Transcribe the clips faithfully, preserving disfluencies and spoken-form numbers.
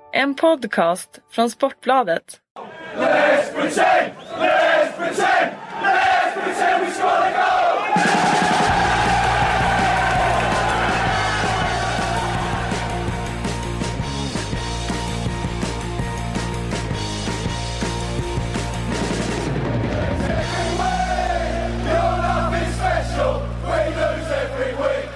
En podcast från Sportbladet. Let's pretend! Let's pretend! Let's pretend we score the goal! You're nothing special. We lose every week.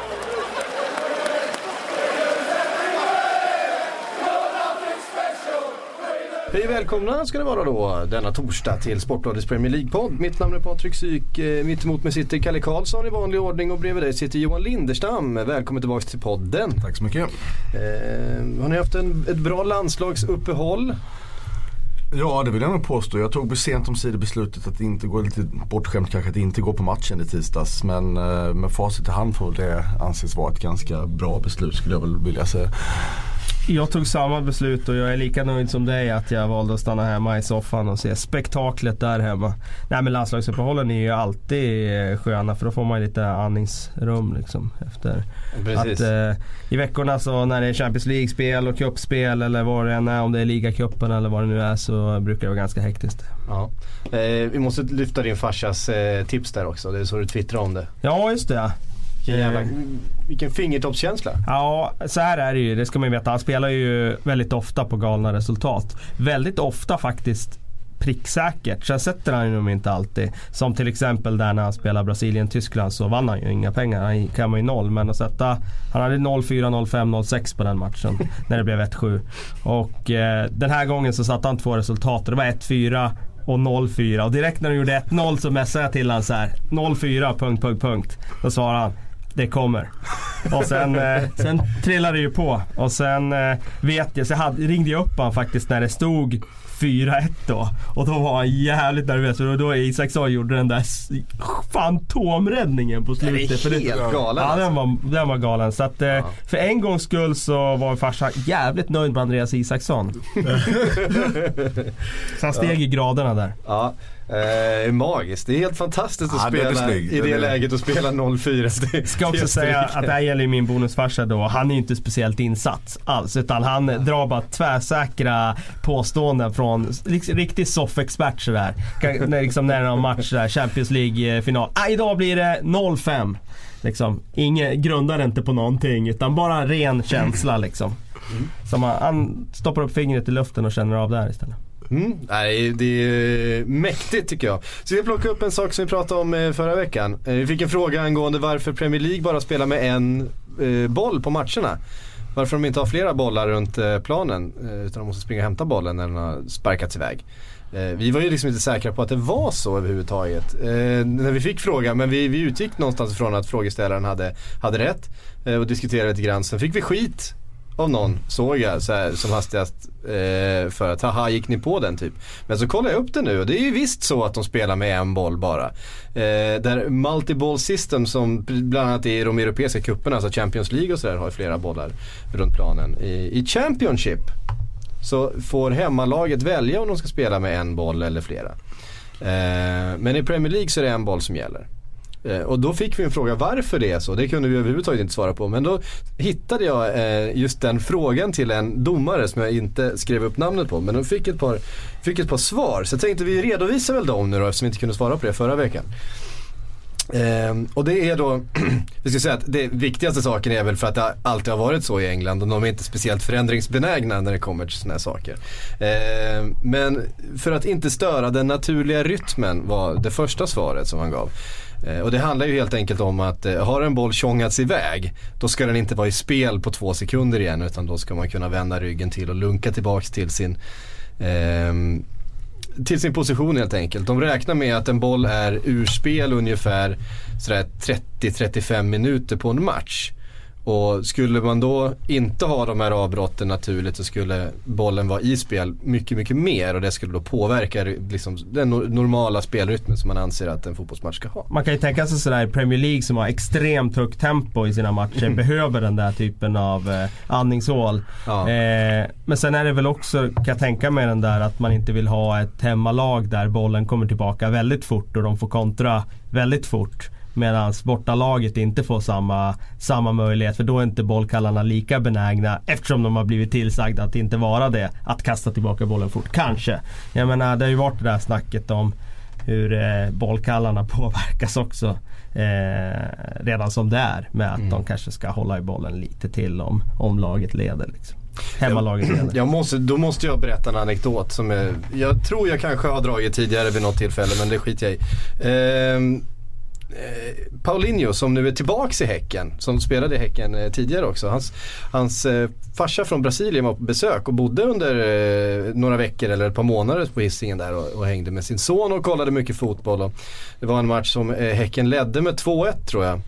Hej, välkomna ska det vara då denna torsdag till Sportbladets Premier League-podd. Mitt namn är Patrik Syk, mitt emot mig sitter Kalle Karlsson i vanlig ordning och bredvid dig sitter Johan Linderstam. Välkommen tillbaka till podden. Tack så mycket. Eh, har ni haft en, ett bra landslagsuppehåll? Ja, det vill jag nog påstå. Jag tog sent om sidor beslutet att inte gå, lite bortskämt kanske, att inte gå på matchen i tisdags. Men eh, med facit i hand får det anses vara ett ganska bra beslut, skulle jag väl vilja säga. Jag tog samma beslut och jag är lika nöjd som dig att jag valde att stanna hemma i soffan och se spektaklet där hemma. Nej, men landslagsuppehållen är ju alltid sköna, för då får man lite andningsrum liksom efter. Precis. Att eh, i veckorna så när det är Champions League-spel och cupspel eller vad det än är, om det är ligacupen eller vad det nu är, så brukar det vara ganska hektiskt. Ja. Eh, vi måste lyfta din farsas eh, tips där också. Det är så du twittrar om det. Ja, just det. Jävla, vilken fingertoppskänsla. Ja, så här är det ju. Det ska man ju veta. Han spelar ju väldigt ofta på galna resultat. Väldigt ofta faktiskt pricksäkert. Sen sätter han ju nog inte alltid. Som till exempel där när han spelar Brasilien-Tyskland, så vann han ju inga pengar. Han kan ju noll, men att sätta, han hade noll fyra, noll fem, noll sex på den matchen när det blev ett sju. Och eh, den här gången så satte han två resultat. Det var ett fyra och noll fyra. Och direkt när han gjorde ett noll så messade jag till han så här: noll fyra, punkt, punkt, punkt. Då svarade han: det kommer. Och sen, eh, sen trillade det ju på. Och sen eh, vet jag, så jag hade, ringde jag upp han faktiskt när det stod fyra ett då. Och då var han jävligt nervös. Och då Isaksson gjorde den där fantomräddningen på slutet. Det är helt för det, galen. Ja, den var, den var galen. Så att, eh, ja. För en gångs skull så var farsan jävligt nöjd med Andreas Isaksson. Så han steg ja. i graderna där. Ja. Eh, magiskt. Det är helt fantastiskt att ja, spela i det, det läget och spela noll fyra. Ska också säga att det här gäller min bonusfarsa då. Han är ju inte speciellt insatt alls, utan han ja. drar bara tvärsäkra påståenden från riktigt soffexpert sådär. När, liksom, när det är någon match där, Champions League-final. Ah, idag blir det noll fem. Liksom. Ingen grundar inte på någonting, utan bara ren känsla liksom. Mm. Så man, han stoppar upp fingret i luften och känner av där istället. Mm. Nej, det är mäktigt tycker jag. Så vi plockar upp en sak som vi pratade om förra veckan. Vi fick en fråga angående varför Premier League bara spelar med en eh, boll på matcherna. Varför de inte har flera bollar runt eh, planen, eh, utan de måste springa och hämta bollen när den har sparkats iväg. Eh, vi var ju liksom inte säkra på att det var så överhuvudtaget eh, när vi fick frågan, men vi, vi utgick någonstans ifrån att frågeställaren hade, hade rätt eh, och diskuterade lite grann. Sen fick vi skit av någon, såg jag så här, som hastigast eh, för att haha, gick ni på den typ. Men så kollar jag upp det nu och det är ju visst så att de spelar med en boll bara. Eh, där multi-ball system, som bland annat i de europeiska kupperna, alltså Champions League och sådär, har flera bollar runt planen. I, i Championship så får hemmalaget välja om de ska spela med en boll eller flera. Eh, men i Premier League så är det en boll som gäller. Eh, och då fick vi en fråga varför det är så. Det kunde vi överhuvudtaget inte svara på. Men då hittade jag eh, just den frågan till en domare som jag inte skrev upp namnet på. Men de fick ett par, fick ett par svar. Så jag tänkte vi redovisar väl dem nu då, eftersom vi inte kunde svara på det förra veckan. Eh, och det är då vi ska säga att det viktigaste saken är väl för att det alltid har varit så i England och de är inte speciellt förändringsbenägna när det kommer till såna här saker. Eh, men för att inte störa den naturliga rytmen var det första svaret som han gav. Eh, och det handlar ju helt enkelt om att eh, har en boll tjongats iväg, då ska den inte vara i spel på två sekunder igen, utan då ska man kunna vända ryggen till och lunka tillbaks till sin eh, till sin position helt enkelt. De räknar med att en boll är ur spel ungefär sådär trettio till trettiofem minuter på en match. Och skulle man då inte ha de här avbrotten naturligt, så skulle bollen vara i spel mycket, mycket mer, och det skulle då påverka liksom den normala spelrytmen som man anser att en fotbollsmatch ska ha. Man kan ju tänka sig sådär, Premier League som har extremt högt tempo i sina matcher mm. behöver den där typen av eh, andningshål. Ja. Eh, men sen är det väl också, kan jag tänka mig, den där att man inte vill ha ett hemmalag där bollen kommer tillbaka väldigt fort och de får kontra väldigt fort. medan bortalaget inte får samma, samma möjlighet, för då är inte bollkallarna lika benägna, eftersom de har blivit tillsagda att inte vara det, att kasta tillbaka bollen fort. Kanske. Jag menar, det har ju varit det där snacket om hur eh, bollkallarna påverkas också eh, redan som det är, med att mm. de kanske ska hålla i bollen lite till om, om laget leder liksom. Hemmalaget leder. Jag måste, då måste jag berätta en anekdot som är, jag tror jag kanske har dragit tidigare vid något tillfälle, men det skiter jag i. Eh, Eh, Paulinho, som nu är tillbaks i Häcken, som spelade i Häcken eh, tidigare också. Hans, hans eh, farsa från Brasilien var på besök och bodde under eh, några veckor eller ett par månader på Hisingen där och, och hängde med sin son och kollade mycket fotboll. Och det var en match som eh, Häcken ledde med två ett, tror jag.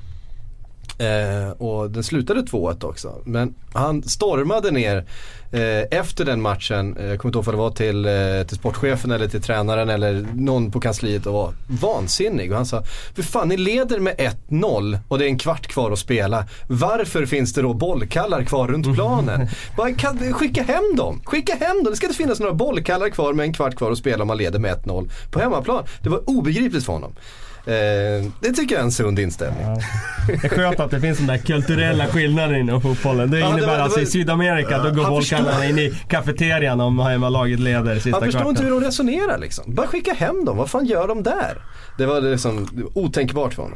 Eh, och den slutade två ett också. Men han stormade ner eh, efter den matchen. Jag kommer inte ihåg vad det var, till, eh, till sportchefen eller till tränaren eller någon på kansliet, och var vansinnig. Och han sa: för fan, ni leder med ett noll och det är en kvart kvar att spela. Varför finns det då bollkallar kvar runt planen? Bara, kan, skicka hem dem. Skicka hem dem. Det ska inte finnas några bollkallar kvar med en kvart kvar att spela om man leder med ett noll på hemmaplan. Det var obegripligt för honom. Eh, det tycker jag är en sund inställning. Ja. Det är skönt att det finns den där kulturella skillnaden inom fotbollen. Det innebär ja, det var, det var, alltså i Sydamerika ja, då går bollkallarna in i kafeterian om hemmalaget leder sista Han förstår kvarten. inte hur de resonerar liksom. Bara skicka hem dem. Vad fan gör de där? Det var liksom otänkbart för honom.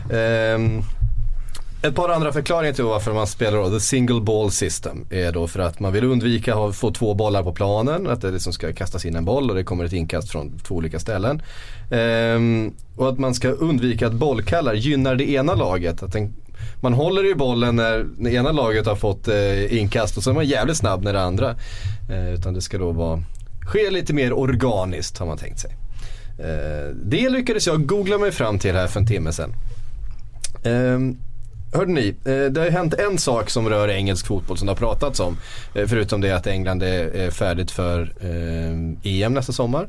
Eh, Ett par andra förklaringar till varför man spelar då, the single ball system, är då för att man vill undvika att få två bollar på planen, att det liksom ska kastas in en boll och det kommer ett inkast från två olika ställen. Ehm, och att man ska undvika att bollkallar gynnar det ena laget. Att den, man håller i bollen när det ena laget har fått eh, inkast, och så är man jävligt snabb när det andra. Eh, utan det ska då vara, ske lite mer organiskt, har man tänkt sig. Eh, det lyckades jag googla mig fram till här för en timme sedan. Ehm, Hörde ni, det har hänt en sak som rör engelsk fotboll som det har pratats om, förutom det att England är färdigt för E M nästa sommar.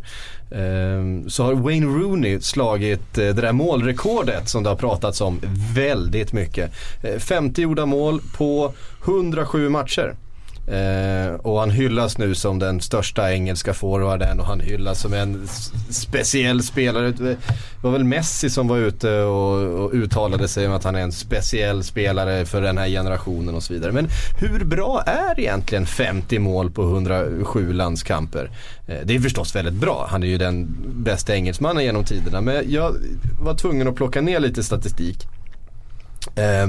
Så har Wayne Rooney slagit det där målrekordet som det har pratats om väldigt mycket. femtio gjorda mål på hundrasju matcher. Eh, och han hyllas nu som den största engelska forwarden, och han hyllas som en s- speciell spelare. Det var väl Messi som var ute och, och uttalade sig om att han är en speciell spelare för den här generationen och så vidare. Men hur bra är egentligen femtio mål på hundrasju landskamper? Eh, det är förstås väldigt bra. Han är ju den bästa engelsmannen genom tiderna. Men jag var tvungen att plocka ner lite statistik. Eh,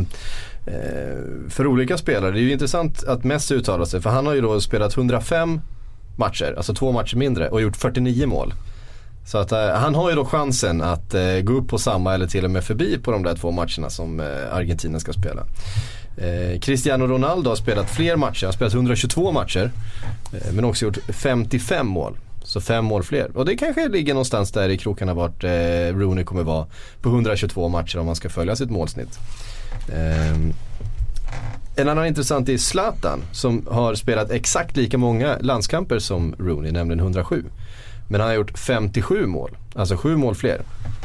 för olika spelare. Det är ju intressant att Messi uttalar sig, för han har ju då spelat hundrafem matcher, alltså två matcher mindre, och gjort fyrtionio mål. Så att uh, han har ju då chansen att uh, gå upp på samma eller till och med förbi på de där två matcherna som uh, Argentina ska spela. uh, Cristiano Ronaldo har spelat fler matcher, han har spelat hundratjugotvå matcher, uh, men också gjort femtiofem mål. Så fem mål fler. Och det kanske ligger någonstans där i krokarna vart uh, Rooney kommer vara på hundratjugotvå matcher om man ska följa sitt målsnitt. Um, en annan intressant är Zlatan, som har spelat exakt lika många landskamper som Rooney, nämligen hundrasju. Men han har gjort femtiosju mål, alltså sju mål fler.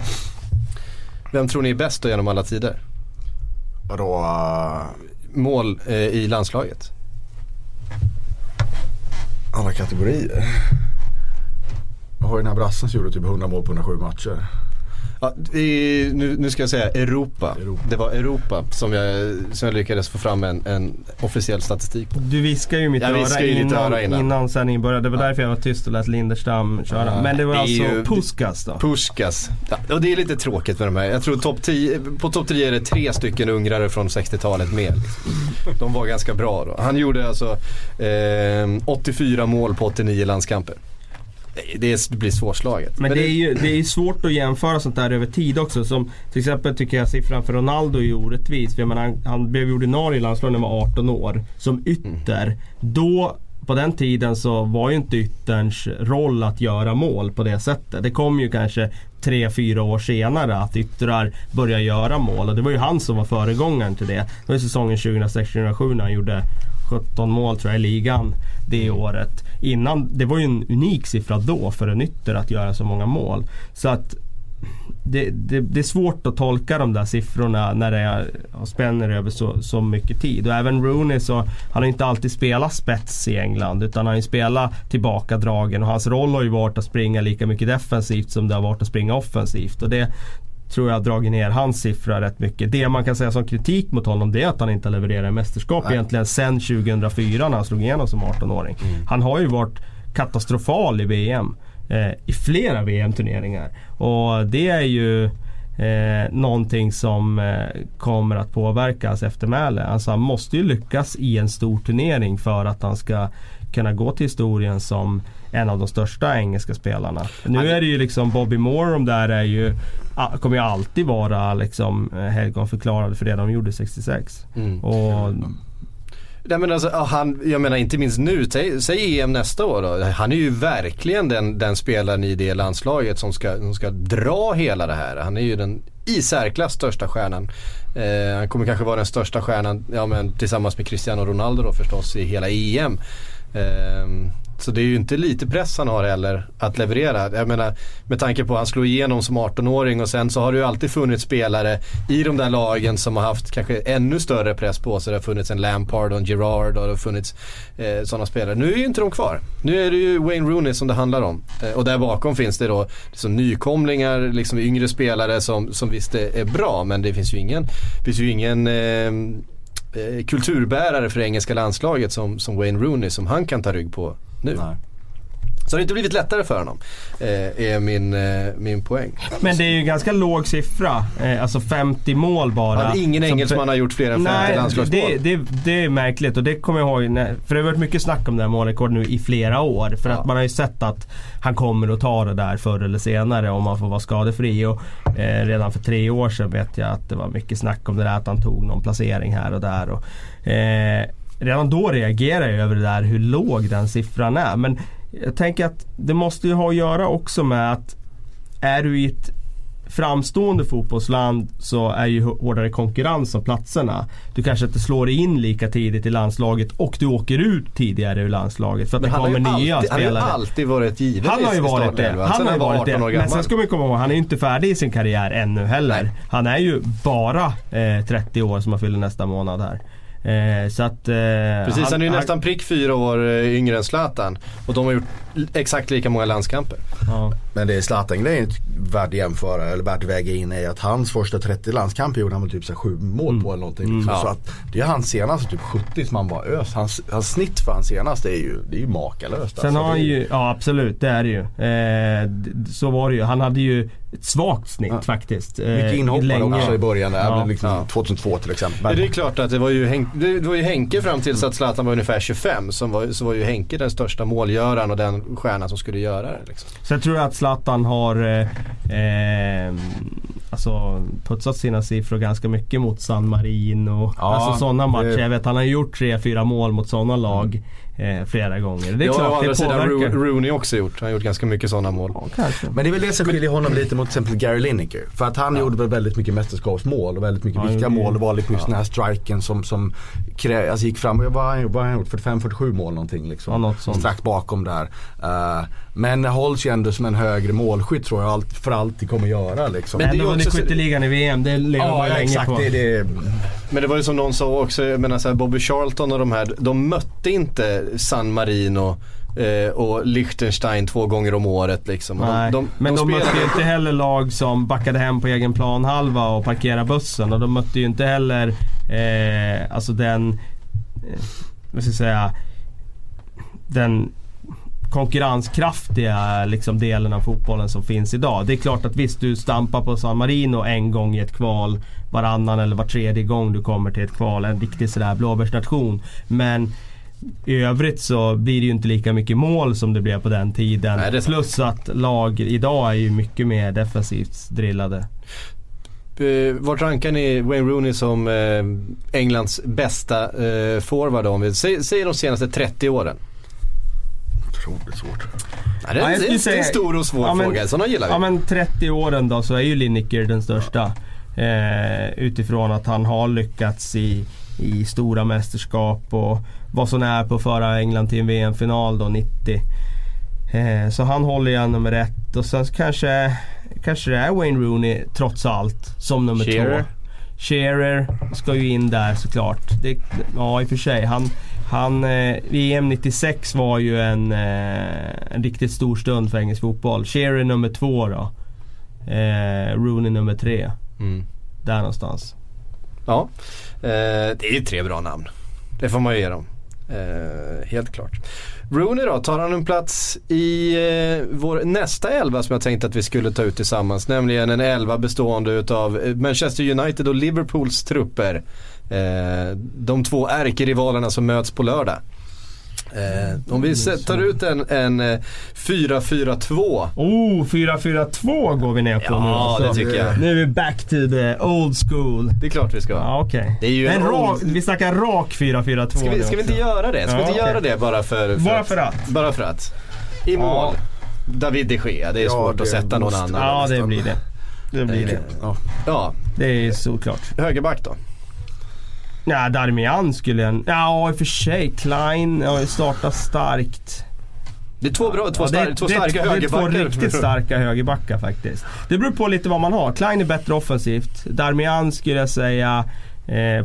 Vem tror ni är bäst då genom alla tider? Vadå? Uh... Mål eh, i landslaget. Alla kategorier. Jag har ju den här brassen som gjorde typ hundra mål på hundrasju matcher. Ja, i, nu, nu ska jag säga Europa. Europa. Det var Europa som jag, som jag lyckades få fram en, en officiell statistik på. Du viskar ju mitt öra innan, innan. innan sändningen började. Det var därför jag var tyst och lät Linderstam köra. Ja, men det var det alltså ju, Puskas då? Puskas. Ja, och det är lite tråkigt med de här. Jag tror top tio, på topp tio är det tre stycken ungrare från sextiotalet med. Liksom. De var ganska bra då. Han gjorde alltså eh, åttiofyra mål på åttionio landskamper. Det blir svårslaget. Men, Men det, är ju, det är svårt att jämföra sånt där över tid också. Som till exempel tycker jag siffran för Ronaldo är orättvis. För jag menar, han, han blev ordinarie i landslaget när han var arton år. Som ytter. Mm. Då, på den tiden så var ju inte ytterns roll att göra mål på det sättet. Det kom ju kanske tre, fyra år senare att yttrar började göra mål. Och det var ju han som var föregångaren till det. Det var ju säsongen tjugohundrasex tjugohundrasju när han gjorde sjutton mål tror jag i ligan det året. Innan, det var ju en unik siffra då för en ytter att göra så många mål. Så att det, det, det är svårt att tolka de där siffrorna när det är, spänner över så, så mycket tid. Och även Rooney, så han har inte alltid spelat spets i England, utan han har ju spelat tillbakadragen, och hans roll har ju varit att springa lika mycket defensivt som det har varit att springa offensivt. Och det tror jag har dragit ner hans siffra rätt mycket. Det man kan säga som kritik mot honom, det är att han inte levererar i mästerskap Nej. egentligen sen tjugohundrafyra när han slog igenom som arton-åring. Mm. Han har ju varit katastrofal i V M eh, i flera V M-turneringar, och det är ju eh, någonting som eh, kommer att påverka hans eftermäle. Alltså han måste ju lyckas i en stor turnering för att han ska kunna gå till historien som en av de största engelska spelarna. Nu är det ju liksom Bobby Moore, de där är ju, kommer ju alltid vara liksom helgonförklarade för det de gjorde sextiosex. Mm. Och Nej, men alltså, han, jag menar inte minst nu, säg, säg E M nästa år då. Han är ju verkligen den, den spelaren i det landslaget som ska, som ska dra hela det här. Han är ju den i särklass största stjärnan. Eh, han kommer kanske vara den största stjärnan, ja, men tillsammans med Cristiano Ronaldo då förstås, i hela E M. Eh, så det är ju inte lite press han har heller att leverera. Jag menar, med tanke på att han slog igenom som arton-åring, och sen så har det ju alltid funnits spelare i de där lagen som har haft kanske ännu större press på sig. Det har funnits en Lampard och en Gerrard, och det har funnits eh, sådana spelare. Nu är ju inte de kvar. Nu är det ju Wayne Rooney som det handlar om. Eh, och där bakom finns det då liksom nykomlingar, liksom yngre spelare som, som visst är bra, men det finns ju ingen, finns ju ingen eh, kulturbärare för det engelska landslaget som, som Wayne Rooney, som han kan ta rygg på nu. Nej. Så det har inte blivit lättare för honom, eh, är min, eh, min poäng. Men det är ju ganska låg siffra, eh, alltså femtio mål bara. Ja, ingen engelsman har gjort fler än femtio landslagsmål. Det, det, det är märkligt, och det kommer jag ihåg, när, för det har varit mycket snack om det här målrekord nu i flera år. För ja. att man har ju sett att han kommer att ta det där förr eller senare om man får vara skadefri. Och eh, redan för tre år sedan vet jag att det var mycket snack om det där, att han tog någon placering här och där. Och, eh, redan då reagerar jag över det där, hur låg den siffran är. Men jag tänker att det måste ju ha att göra också med att är du i ett framstående fotbollsland så är ju hårdare konkurrens om platserna. Du kanske inte slår in lika tidigt i landslaget, och du åker ut tidigare ur landslaget för att det kommer nya alltid, spelare. Han har ju alltid varit given. Han har ju varit det. Han, han har ju varit det. Men sen ska man komma ihåg, han är ju inte färdig i sin karriär ännu heller. Nej. Han är ju bara eh, trettio år som han fyller nästa månad här. Eh, så att, eh, Precis, han, han är ju han, nästan prick fyra år eh, yngre än Zlatan, och de har gjort exakt lika många landskamper. Ja. Men det är Zlatan-grejen värt jämföra, eller värt väga in, är att hans första trettio landskamper gjorde han väl typ så här sju mål mm. på eller någonting. Mm. Så, ja. så att det är hans senaste typ sjuttio som han bara ös. Hans, hans snitt för hans senaste är ju, det är ju makalöst. Sen alltså. har han ju, ja absolut, det är det ju. Eh, så var det ju. Han hade ju ett svagt snitt ja. faktiskt. Eh, Mycket inhoppare också i början, där, ja. liksom ja. tjugohundratvå till exempel. Men det är klart att det var ju, Hen- det var ju Henke fram till så att Zlatan var ungefär tjugofem, som var, så var ju Henke den största målgöraren och den stjärnan som skulle göra det. Liksom. Så jag tror att Zlatan har eh, eh, alltså putsat sina siffror ganska mycket mot San Marino. Ja, alltså sådana matcher. Det... Jag vet, han har gjort tre, fyra mål mot sådana lag. Eh, flera gånger. Det är ja, klart, det påverkar. Ro- Rooney också gjort. Han har gjort ganska mycket sådana mål. Ja, men det är väl det som skiljer honom lite mot till exempel Gary Lineker. För att han ja. gjorde väl väldigt mycket mästerskapsmål och väldigt mycket ja, viktiga mål. Det var liksom ja. den här striken som, som krä- alltså gick fram. Vad har han, vad har han gjort? fyrtiofem fyrtiosju mål någonting liksom. Ja, något sånt. Strax bakom där. Uh, men hålls ju ändå som en högre målskytt, tror jag allt, för alltid kommer göra liksom. Men det är ju skytteligan i V M. Det lever ja, man ja, länge exakt, på. Det, det... Men det var ju som någon sa också, jag menar så här, Bobby Charlton och de här, de mötte inte San Marino eh, och Liechtenstein två gånger om året liksom. Nej, de, de, men de, de mötte ju inte heller lag som backade hem på egen planhalva och parkerade bussen, och de mötte ju inte heller eh, alltså den eh, vad ska jag säga, den konkurrenskraftiga liksom delen av fotbollen som finns idag. Det är klart att visst, du stampar på San Marino en gång i ett kval, varannan eller var tredje gång du kommer till ett kval, en riktig sådär blåbärsnation, men i övrigt så blir det ju inte lika mycket mål som det blev på den tiden. Nej, det... Plus att lag idag är ju mycket mer defensivt drillade. Uh, vart rankar ni Wayne Rooney som uh, Englands bästa uh, forward, om vi säger de senaste trettio åren? Otroligt svårt. Nej, det, är, ja, det, är, det är en stor och svår ja, men, fråga. Sådana gillar vi. Ja, men trettio åren då, så är ju Lineker den största. Eh, utifrån att han har lyckats i, i stora mästerskap och var så nära på att föra England till en V M-final då nittio. Eh, så han håller ju nummer ett. Och sen kanske, kanske det är Wayne Rooney trots allt som nummer Shearer. två. Shearer ska ju in där såklart. Det, ja, i och för sig. Han, han, eh, V M nittiosex var ju en, eh, en riktigt stor stund för engelsk fotboll. Shearer nummer två då. eh, Rooney nummer tre. Mm. Där någonstans. Ja, eh, det är ju tre bra namn. Det får man ju ge dem. Eh, helt klart. Rooney då, tar han en plats i eh, vår nästa elva som jag tänkte att vi skulle ta ut tillsammans, nämligen en elva bestående utav Manchester United och Liverpools trupper. Eh, de två ärkerivalerna som möts på lördag. Eh, om vi tar ut en, en fyra fyra två. Oh, fyra fyra två går vi ner på ja, nu. Ja, det tycker jag. Nu är vi back to the old school. Det är klart vi ska. Ja, okej. Okay. Det är ju en, en rak, old... vi snackar rak fyra fyra två. Ska vi, ska vi inte göra det? Ska ja, vi inte okay. göra det bara för, för bara för att? att? Bara för att. I mål. Ja. David de Gea, det är ja, svårt det att sätta någon annan. Ja, det blir det. Det blir det. Ja. Ja. Det är såklart. Högerback då? Nej, Darmian skulle en... Ja, i och för sig. Klein har startat starkt. Det är två, bra, två, ja, star- det, två det, starka det, högerbackar. Det är två riktigt starka högerbackar faktiskt. Det beror på lite vad man har. Klein är bättre offensivt. Darmian skulle jag säga... Eh,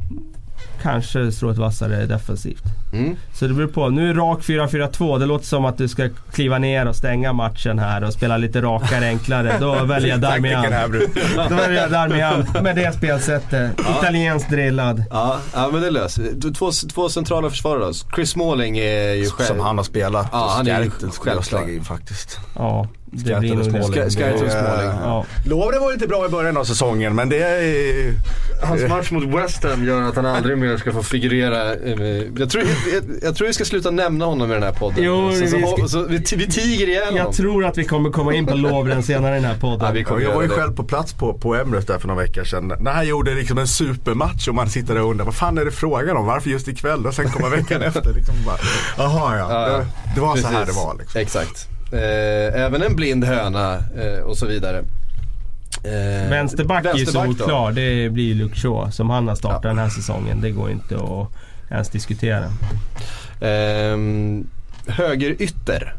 kanske strået vassare defensivt. Mm. Så det beror på. Nu är rak fyra fyra två. Det låter som att du ska kliva ner och stänga matchen här och spela lite rakare, enklare. Då väljer jag Darmian. Då väljer jag Darmian med det spelsättet. Ja. Italiensk drillad. Ja, ja, men det löser. Två, två centrala försvarare. Chris Smalling är ju själv... Som han har spelat. Ja, han är ju självklart in faktiskt. Ja. Det blir nog Smalling. Smalling. Ja. Lovre var lite bra i början av säsongen, men det är... Hans match mot West Ham gör att han aldrig mer ska få figurera. Jag tror, jag, jag tror vi ska sluta nämna honom i den här podden. Jo, så, vi, så, ska... så, vi, vi tiger igen Jag honom. tror att vi kommer komma in på Lovren senare i den här podden. Ja, jag var ju själv på plats på, på Emirates där för några veckor sedan. När han gjorde liksom en supermatch och man sitter där och undrar, vad fan är det frågan om? Varför just ikväll? Och sen kommer veckan efter liksom bara, jaha ja, ja det, det var precis. Så här det var liksom. Exakt. Eh, även en blind höna eh, och så vidare. Eh, Vänsterback är ju solklar. Det blir ju Luke Shaw som han har startat ja. den här säsongen. Det går inte att ens diskutera. Eh, höger ytter.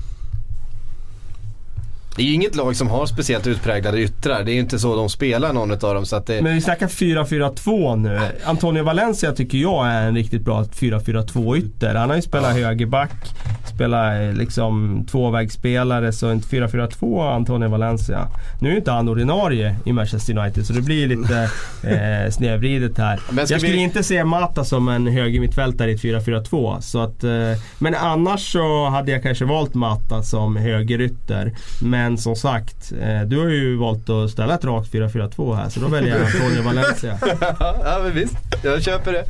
Det är ju inget lag som har speciellt utpräglade yttrar. Det är ju inte så de spelar någon av dem. Så att det... Men vi snackar fyra fyra två nu. Antonio Valencia tycker jag är en riktigt bra fyra fyra två ytter. Han har ju spelat ja. högerback, spelar liksom tvåvägsspelare, så inte fyra fyra två Antonio Valencia. Nu är ju inte han ordinarie i Manchester United, så det blir lite eh, snedvridet här. Jag skulle vi... inte se Mata som en höger mittfältare i ett fyra fyra två. Så att, eh, men annars så hade jag kanske valt Mata som högerytter. Men Men som sagt, eh, du har ju valt att ställa ett rakt fyra fyra två här, så då väljer jag Antonio Valencia. Ja, men visst. Jag köper det.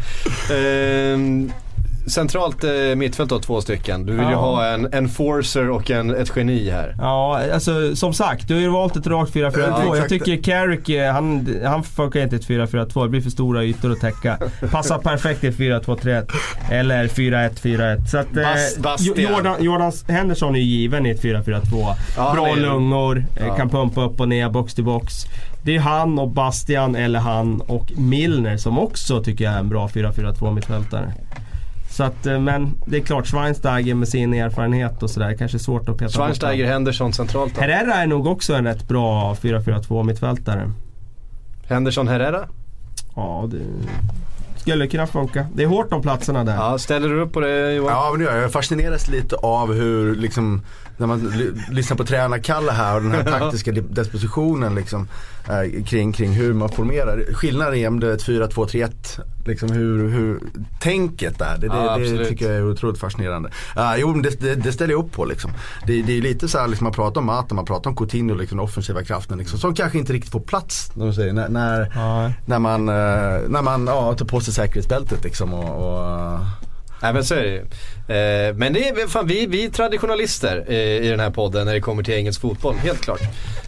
Ehm, centralt eh, mittfält då, två stycken. Du vill ja. ju ha en enforcer och en, ett geni här. Ja, alltså som sagt, du har ju valt ett rakt fyra fyra två. Ja, jag tycker Carrick, han, han funkar inte ett fyra fyra två. Det blir för stora ytor att täcka. Passar perfekt i ett fyra två tre ett eller fyra ett fyra ett. Så att Bast, eh, Jordan, Jordan Henderson är ju given i ett fyra fyra två. Ja, bra är... lungor, ja. kan pumpa upp och ner, box till box. Det är han och Bastian, eller han och Milner som också tycker jag är en bra fyra fyra två mittfältare. Så att, men det är klart, Schweinsteiger med sin erfarenhet och sådär kanske svårt att peta. Schweinsteiger, Henderson centralt då. Herrera är nog också en rätt bra fyra fyra två mittfältare. Henderson, Herrera? Ja, det skulle kunna funka. Det är hårt om platserna där. Ja, ställer du upp på det, Johan? Ja, men jag fascineras lite av hur liksom, när man l- lyssnar på tränarkalle här och den här taktiska dispositionen liksom, eh, kring, kring hur man formerar. Skillnaden är om det är ett fyra två tre ett, liksom hur, hur tänket där, det, ja, det, det tycker jag är otroligt fascinerande. Uh, jo, det, det, det ställer jag upp på liksom. Det, det är lite så här, liksom, man pratar om Mata, man pratar om Coutinho, liksom, den offensiva kraften liksom, som kanske inte riktigt får plats när, säger, när, när, ja. när man, uh, när man ja, tar på sig säkerhetsbältet liksom, och, och uh, Nej, men så är det ju. Eh, men det är, fan, vi, vi är traditionalister eh, i den här podden när det kommer till engelsk fotboll, helt klart.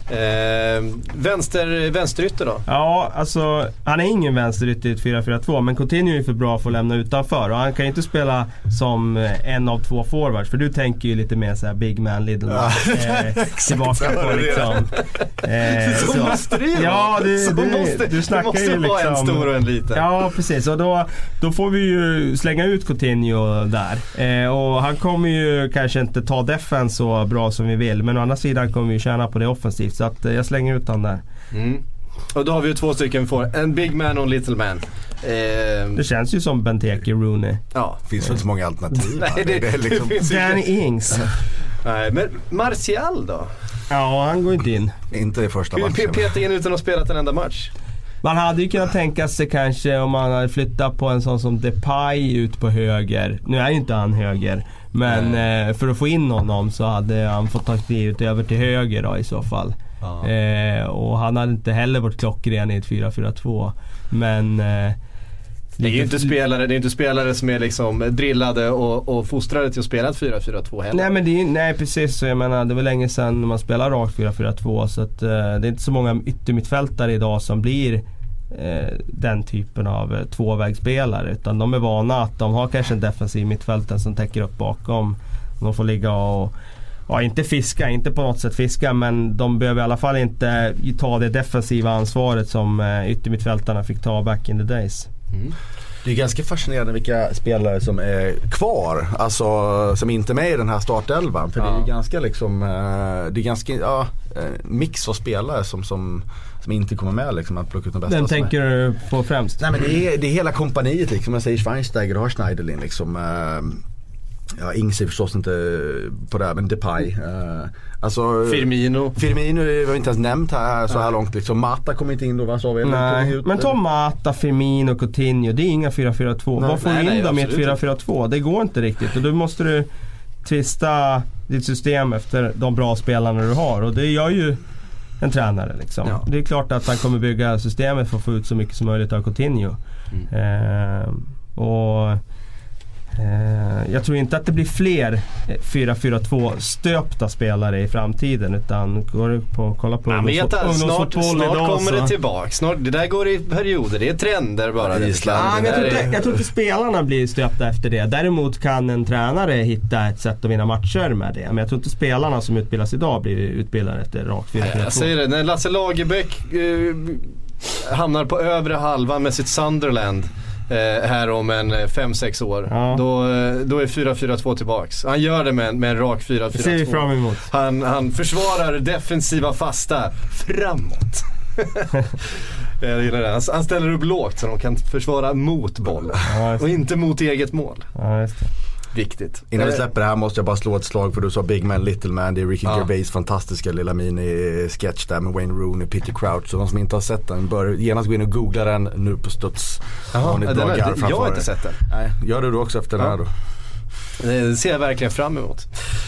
Eh, vänster, vänsterytter då? Ja, alltså han är ingen vänsterytter i ett fyra fyra två, men Coutinho är för bra för att lämna utanför, och han kan ju inte spela som en av två forwards, för du tänker ju lite mer så här big man, little man, eh, tillbaka på liksom eh, så, så måste det ju ja, du, så du, måste, du snackar måste ju liksom, ha en stor och en liten. Ja, precis, och då, då får vi ju slänga ut Coutinho där, eh, och han kommer ju kanske inte ta defen så bra som vi vill, men å andra sidan kommer vi ju tjäna på det offensivt, så att eh, jag slänger ut han där. Mm. Och då har vi ju två stycken för en big man och en little man. Eh, det känns ju som Benteke, Rooney. Ja, finns väl inte så många alternativ. Nej, det, det är liksom... Danny Ings. Nej, men Martial då? Ja, han går inte in. Inte i första matchen. Hur petar in utan att ha spelat en enda match? Man hade ju kunnat tänka sig kanske om man hade flyttat på en sån som Depay ut på höger. Nu är ju inte han höger. Men eh, för att få in honom så hade han fått ta ut över till höger då, i så fall. Ja. Eh, och han hade inte heller varit klockren i ett fyra fyra två. Men... Eh, det är ju inte spelare, det är inte spelare som är liksom drillade och, och fostrade till att spela ett fyra fyra två heller. Nej men det är, nej precis så, jag menar det var länge sedan man spelar rakt fyra fyra två, så att, eh, det är inte så många yttermittfältare idag som blir eh, den typen av eh, tvåvägsspelare, utan de är vana att de har kanske en defensiv mittfältare som täcker upp bakom. De får ligga och ja, inte fiska, inte på något sätt fiska, men de behöver i alla fall inte ta det defensiva ansvaret som eh, yttermittfältarna fick ta back in the days. Mm. Det är ganska fascinerande vilka spelare som är kvar, alltså som inte är med i den här startelvan, för ja. det är ju ganska liksom det är ganska ja, mix av spelare som, som, som inte kommer med liksom, att plocka ut de bästa. Den tänker du på främst? Nej men det är, det är hela kompaniet liksom, jag säger Schweinsteiger och har Schneiderlin liksom. Ja, Ings är förstås inte på det här, men Depay. Uh, alltså, Firmino. Firmino var inte ens nämnt här så här långt. Liksom. Mata kommer inte in då, vad sa vi? Nej, ut, men ta Mata, Firmino, Coutinho, det är inga fyra fyra två. Vad får du in dem i ett fyra fyra två? Det går inte riktigt. Och då måste du twista ditt system efter de bra spelarna du har. Och det gör ju en tränare liksom. Ja. Det är klart att han kommer bygga systemet för att få ut så mycket som möjligt av Coutinho. Mm. Uh, och... Jag tror inte att det blir fler fyra fyra två stöpta spelare i framtiden, utan går på kolla på ungdomsfotboll. Snart, snart kommer det tillbaka. Snart, det där går i perioder, det är trender bara. Island, ah, jag, tror inte, jag tror inte spelarna blir stöpta efter det. Däremot kan en tränare hitta ett sätt att vinna matcher med det. Men jag tror inte spelarna som utbildas idag blir utbildade efter rakt fyra fyra två. Jag säger det, när Lasse Lagerbäck eh, hamnar på övre halvan med sitt Sunderland Eh, här om en fem sex år, ja. då, då är fyra fyra två tillbaks. Han gör det med, med en rak fyra fyra två. Fram emot. Han, han försvarar defensiva fasta framåt. Jag gillar det. Han, han ställer upp lågt så de kan försvara mot boll, ja, och inte mot eget mål. Ja, just det. Viktigt. Innan vi släpper det här måste jag bara slå ett slag, för du sa Big Man, Little Man. Det är Ricky ja. Gervais fantastiska lilla mini-sketch där med Wayne Rooney, Peter Crouch. Så de som inte har sett den bör genast gå in och googla den nu på studs. Jaha, den är, jag har inte sett den. Nej, gör du då också efter ja. den här då? Det ser jag verkligen fram emot.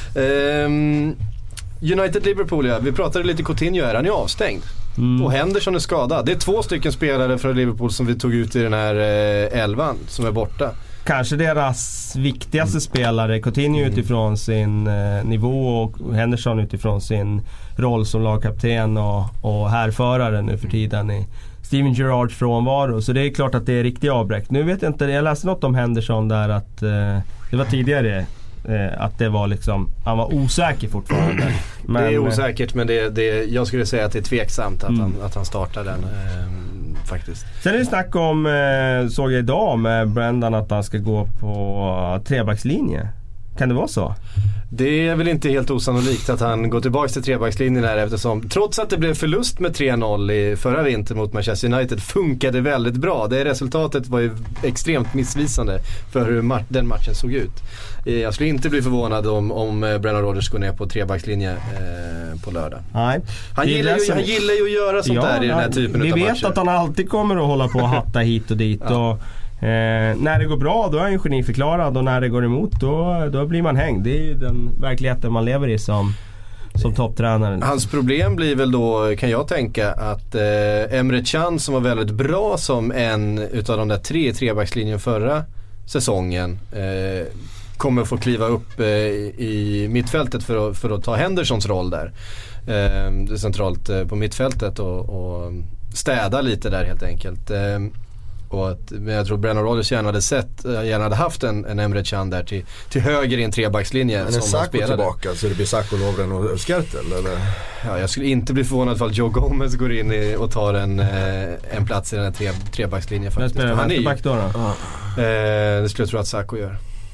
um, United-Liverpool, ja. Vi pratade lite Coutinho här, han är avstängd. Mm. Och Henderson är skadad. Det är två stycken spelare från Liverpool som vi tog ut i den här eh, elvan som är borta. Kanske deras viktigaste mm. spelare, Coutinho mm. utifrån sin eh, nivå och Henderson utifrån sin roll som lagkapten och, och härförare nu för tiden i Steven Gerrards frånvaro. Så det är klart att det är riktigt avbräck. Nu vet jag inte, jag läste något om Henderson där att eh, det var tidigare eh, att det var liksom, han var osäker fortfarande. Men, det är osäkert, men det, det, jag skulle säga att det är tveksamt att, mm. han, att han startar den eh, faktiskt. Sen är det snack om, eh, såg jag idag med Brendan, att han ska gå på trebackslinje. Kan det vara så? Det är väl inte helt osannolikt att han går tillbaka till trebackslinjen här, eftersom trots att det blev förlust med tre noll i förra vintern mot Manchester United funkade väldigt bra. Det resultatet var ju extremt missvisande för hur ma- den matchen såg ut. Jag skulle inte bli förvånad om, om Brendan Rodgers går ner på trebackslinje eh, på lördag. Nej. Han, gillar ju, han gillar ju att göra sånt ja, där i den här typen av matcher. Vi vet att han alltid kommer att hålla på och hatta hit och dit. ja. och Eh, när det går bra då är han geniförklarad, och när det går emot då, då blir man hängd. Det är ju den verkligheten man lever i som, som topptränaren. Hans problem blir väl då, kan jag tänka, att eh, Emre Can, som var väldigt bra som en utav de där tre i trebackslinjen förra säsongen, eh, kommer få kliva upp eh, i mittfältet för att, för att ta Hendersons roll där eh, centralt eh, på mittfältet och, och städa lite där helt enkelt. eh, Och att, men jag tror Brendan Rodgers gärna hade sett, gärna hade haft en, en Emre Can där till, till höger i en trebackslinje. Men är Sacco tillbaka, så det blir Sacco, Lovren och Skertel eller? Ja, jag skulle inte bli förvånad ifall Joe Gomez går in i, och tar en, en plats i den här tre, trebackslinjen faktiskt. Men spelar vänsterback då? då? Ah. Eh, det skulle jag tro att Sacco gör.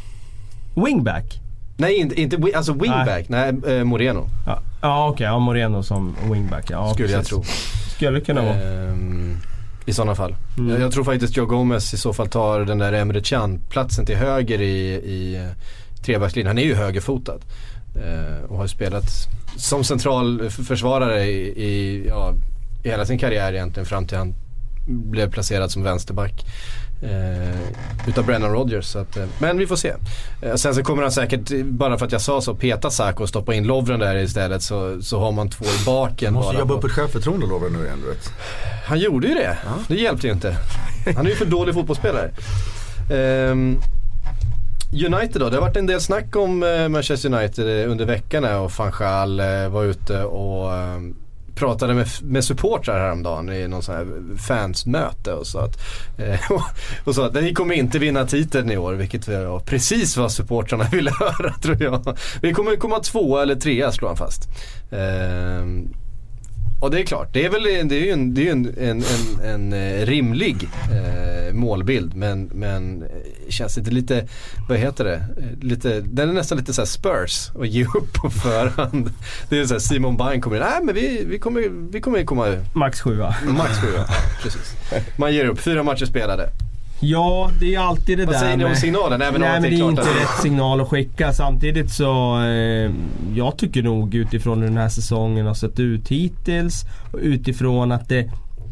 Wingback? Nej, inte, inte alltså wingback. Nej, Nej eh, Moreno. Ja, ja okej. Okay. Ja, Moreno som wingback. Ja, skulle precis. jag tro. Skulle kunna vara. Eh, I sådana fall. Mm. Jag, jag tror faktiskt Joe Gomez i så fall tar den där Emre Can platsen till höger i, i trebackslinjen. Han är ju högerfotad eh, och har spelat som central försvarare i, i, ja, i hela sin karriär egentligen fram till han blev placerad som vänsterback eh, utav Brennan Rodgers. Så att, eh, men vi får se. Eh, sen så kommer han säkert, bara för att jag sa så, peta Saka och stoppa in Lovren där istället, så, så har man två i baken. Man måste bara jobba på. upp ett självförtroende Lovren nu igen, du vet. Han gjorde ju det. Ja. Det hjälpte ju inte. Han är ju för dålig fotbollsspelare. Um, United då, det har varit en del snack om uh, Manchester United under veckan och Van Gaal uh, var ute och uh, pratade med, med supportrar häromdagen i någon sån här fansmöte och så att uh, och så att ni kommer inte vinna titeln i år, vilket var precis vad supportrarna ville höra, tror jag. Vi kommer komma två eller tre, slår han fast. Uh, Och det är klart, det är väl det är ju en, det är ju en, en, en, en rimlig eh, målbild, men, men känns inte lite, vad heter det, lite, den är nästan lite så här Spurs och ge upp på förhand. Det är så här, Simon Bain kommer in, nej men vi, vi kommer vi kommer komma max sjua. Max sjua, precis. Man ger upp, fyra matcher spelade. Ja, det är alltid det Vad där. Vad säger ni om signalen? Även nej, om men det är, det är inte att... rätt signal att skicka. Samtidigt så eh, jag tycker nog utifrån hur den här säsongen har sett ut hittills och utifrån att det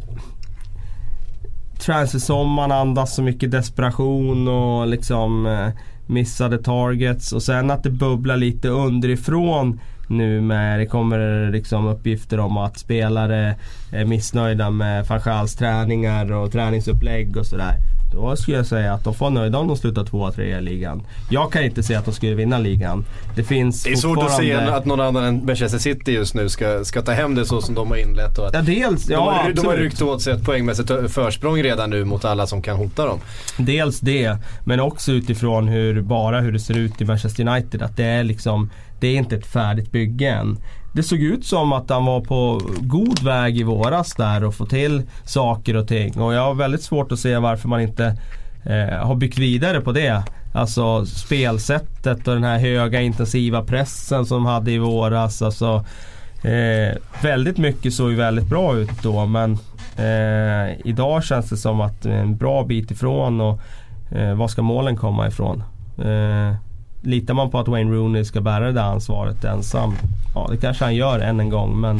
transfersommaren andas så mycket desperation och liksom eh, missade targets, och sen att det bubblar lite underifrån nu med, det kommer liksom uppgifter om att spelare är missnöjda med Van Gaals träningar och träningsupplägg och sådär. Då skulle jag säga att de får nöjda om de slutar två tre i ligan. Jag kan inte säga att de skulle vinna ligan. Det finns Det är svårt att se att någon annan än Manchester City just nu ska, ska ta hem det så som de har inlett. Och att ja, dels, ja, de, har, de har absolut. ryckt åt sig ett poängmässigt försprång redan nu mot alla som kan hota dem. Dels det, men också utifrån hur, bara hur det ser ut i Manchester United. Att det är liksom, det är inte ett färdigt bygge än. Det såg ut som att han var på god väg i våras där och få till saker och ting. Och jag har väldigt svårt att se varför man inte eh, har byggt vidare på det. Alltså spelsättet och den här höga intensiva pressen som de hade i våras. Alltså, eh, väldigt mycket såg ju väldigt bra ut då, men eh, idag känns det som att en bra bit ifrån, och eh, var ska målen komma ifrån? Eh, litar man på att Wayne Rooney ska bära det där ansvaret ensam? Ja, det kanske han gör än en gång, men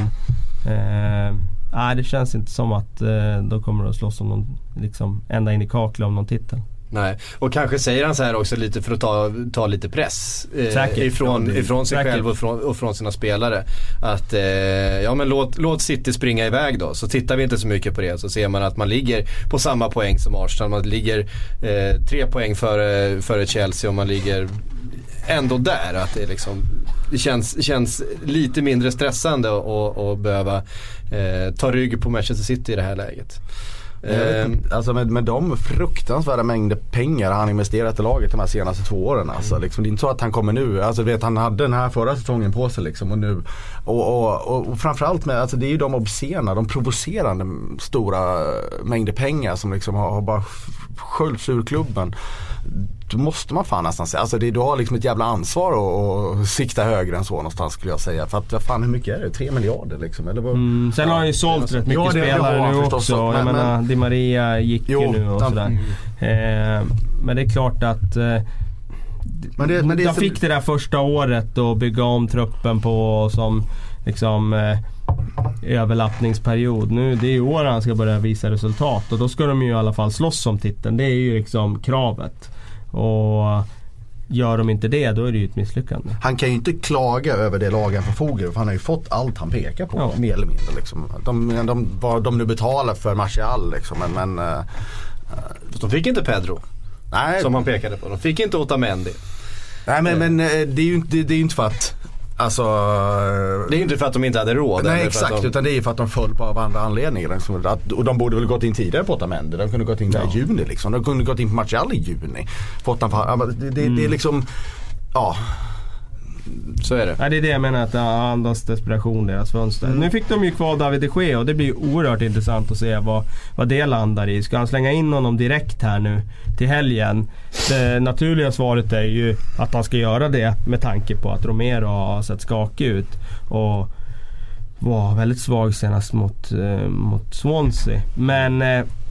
eh, nej, det känns inte som att eh, de kommer att slåss om någon, liksom, ända in i kaklet om någon titel. Nej, och kanske säger han så här också lite för att ta, ta lite press eh, ifrån, ja, ifrån sig säkert. själv och från, och från sina spelare. Att eh, ja, men låt, låt City springa iväg då, så tittar vi inte så mycket på det, så ser man att man ligger på samma poäng som Arsenal. Man ligger eh, tre poäng före, före Chelsea, och man ligger ändå där, att det liksom det känns, känns lite mindre stressande att behöva eh, ta rygg på Manchester City i det här läget. Eh, alltså med, med de fruktansvärda mängder pengar han investerat i laget de här senaste två åren, alltså, liksom, det är inte så att han kommer nu, alltså, vet, han hade den här förra säsongen på sig liksom, och nu och, och, och, och framförallt med, alltså, det är ju de obscena, de provocerande stora mängder pengar som liksom har, har bara sköljts ur klubben. Då måste man fan nästan säga, alltså det, du har liksom ett jävla ansvar att, att sikta högre än så någonstans, skulle jag säga, för att fan, hur mycket är det? Tre miljarder liksom, eller vad? Mm, sen har han ju sålt rätt mycket, ja, det, spelare det nu också, också. Men, jag men, menar, Di Maria gick jo, ju nu och tam- sådär mm. eh, men det är klart att eh, men det, men det de fick så... det där första året att bygga om truppen på som liksom eh, överlappningsperiod. Nu det är ju år han ska börja visa resultat, och då ska de ju i alla fall slåss om titeln. Det är ju liksom kravet, och gör de inte det, då är det ju ett misslyckande. Han kan ju inte klaga över det lagen förfogar, för han har ju fått allt han pekar på, ja. Mer eller mindre liksom. de, de, vad de nu betalar för Martial liksom, men, men uh, de fick inte Pedro. Nej, som han pekade på. De fick inte Otamendi. Nej, men, men det är ju inte, det är ju inte för att, alltså, det är inte för att de inte hade råd. Nej, exakt, de... utan det är för att de föll på av andra anledningar. Och de borde väl gått in tidigare på Otamendi. De kunde gått in där ja. i juni liksom. De kunde gått in på Martial i juni. Fått han för, det, det, mm. det är liksom, ja, så är det. Ja, det är det jag menar, att det andas desperation deras fönster. Mm. Nu fick de ju kvar David de Gea, och det blir oerhört intressant att se vad, vad det landar i. Ska han slänga in honom direkt här nu till helgen? Det naturliga svaret är ju att han ska göra det, med tanke på att Romero har sett skakig ut och var väldigt svag senast mot, eh, mot Swansea. Men eh,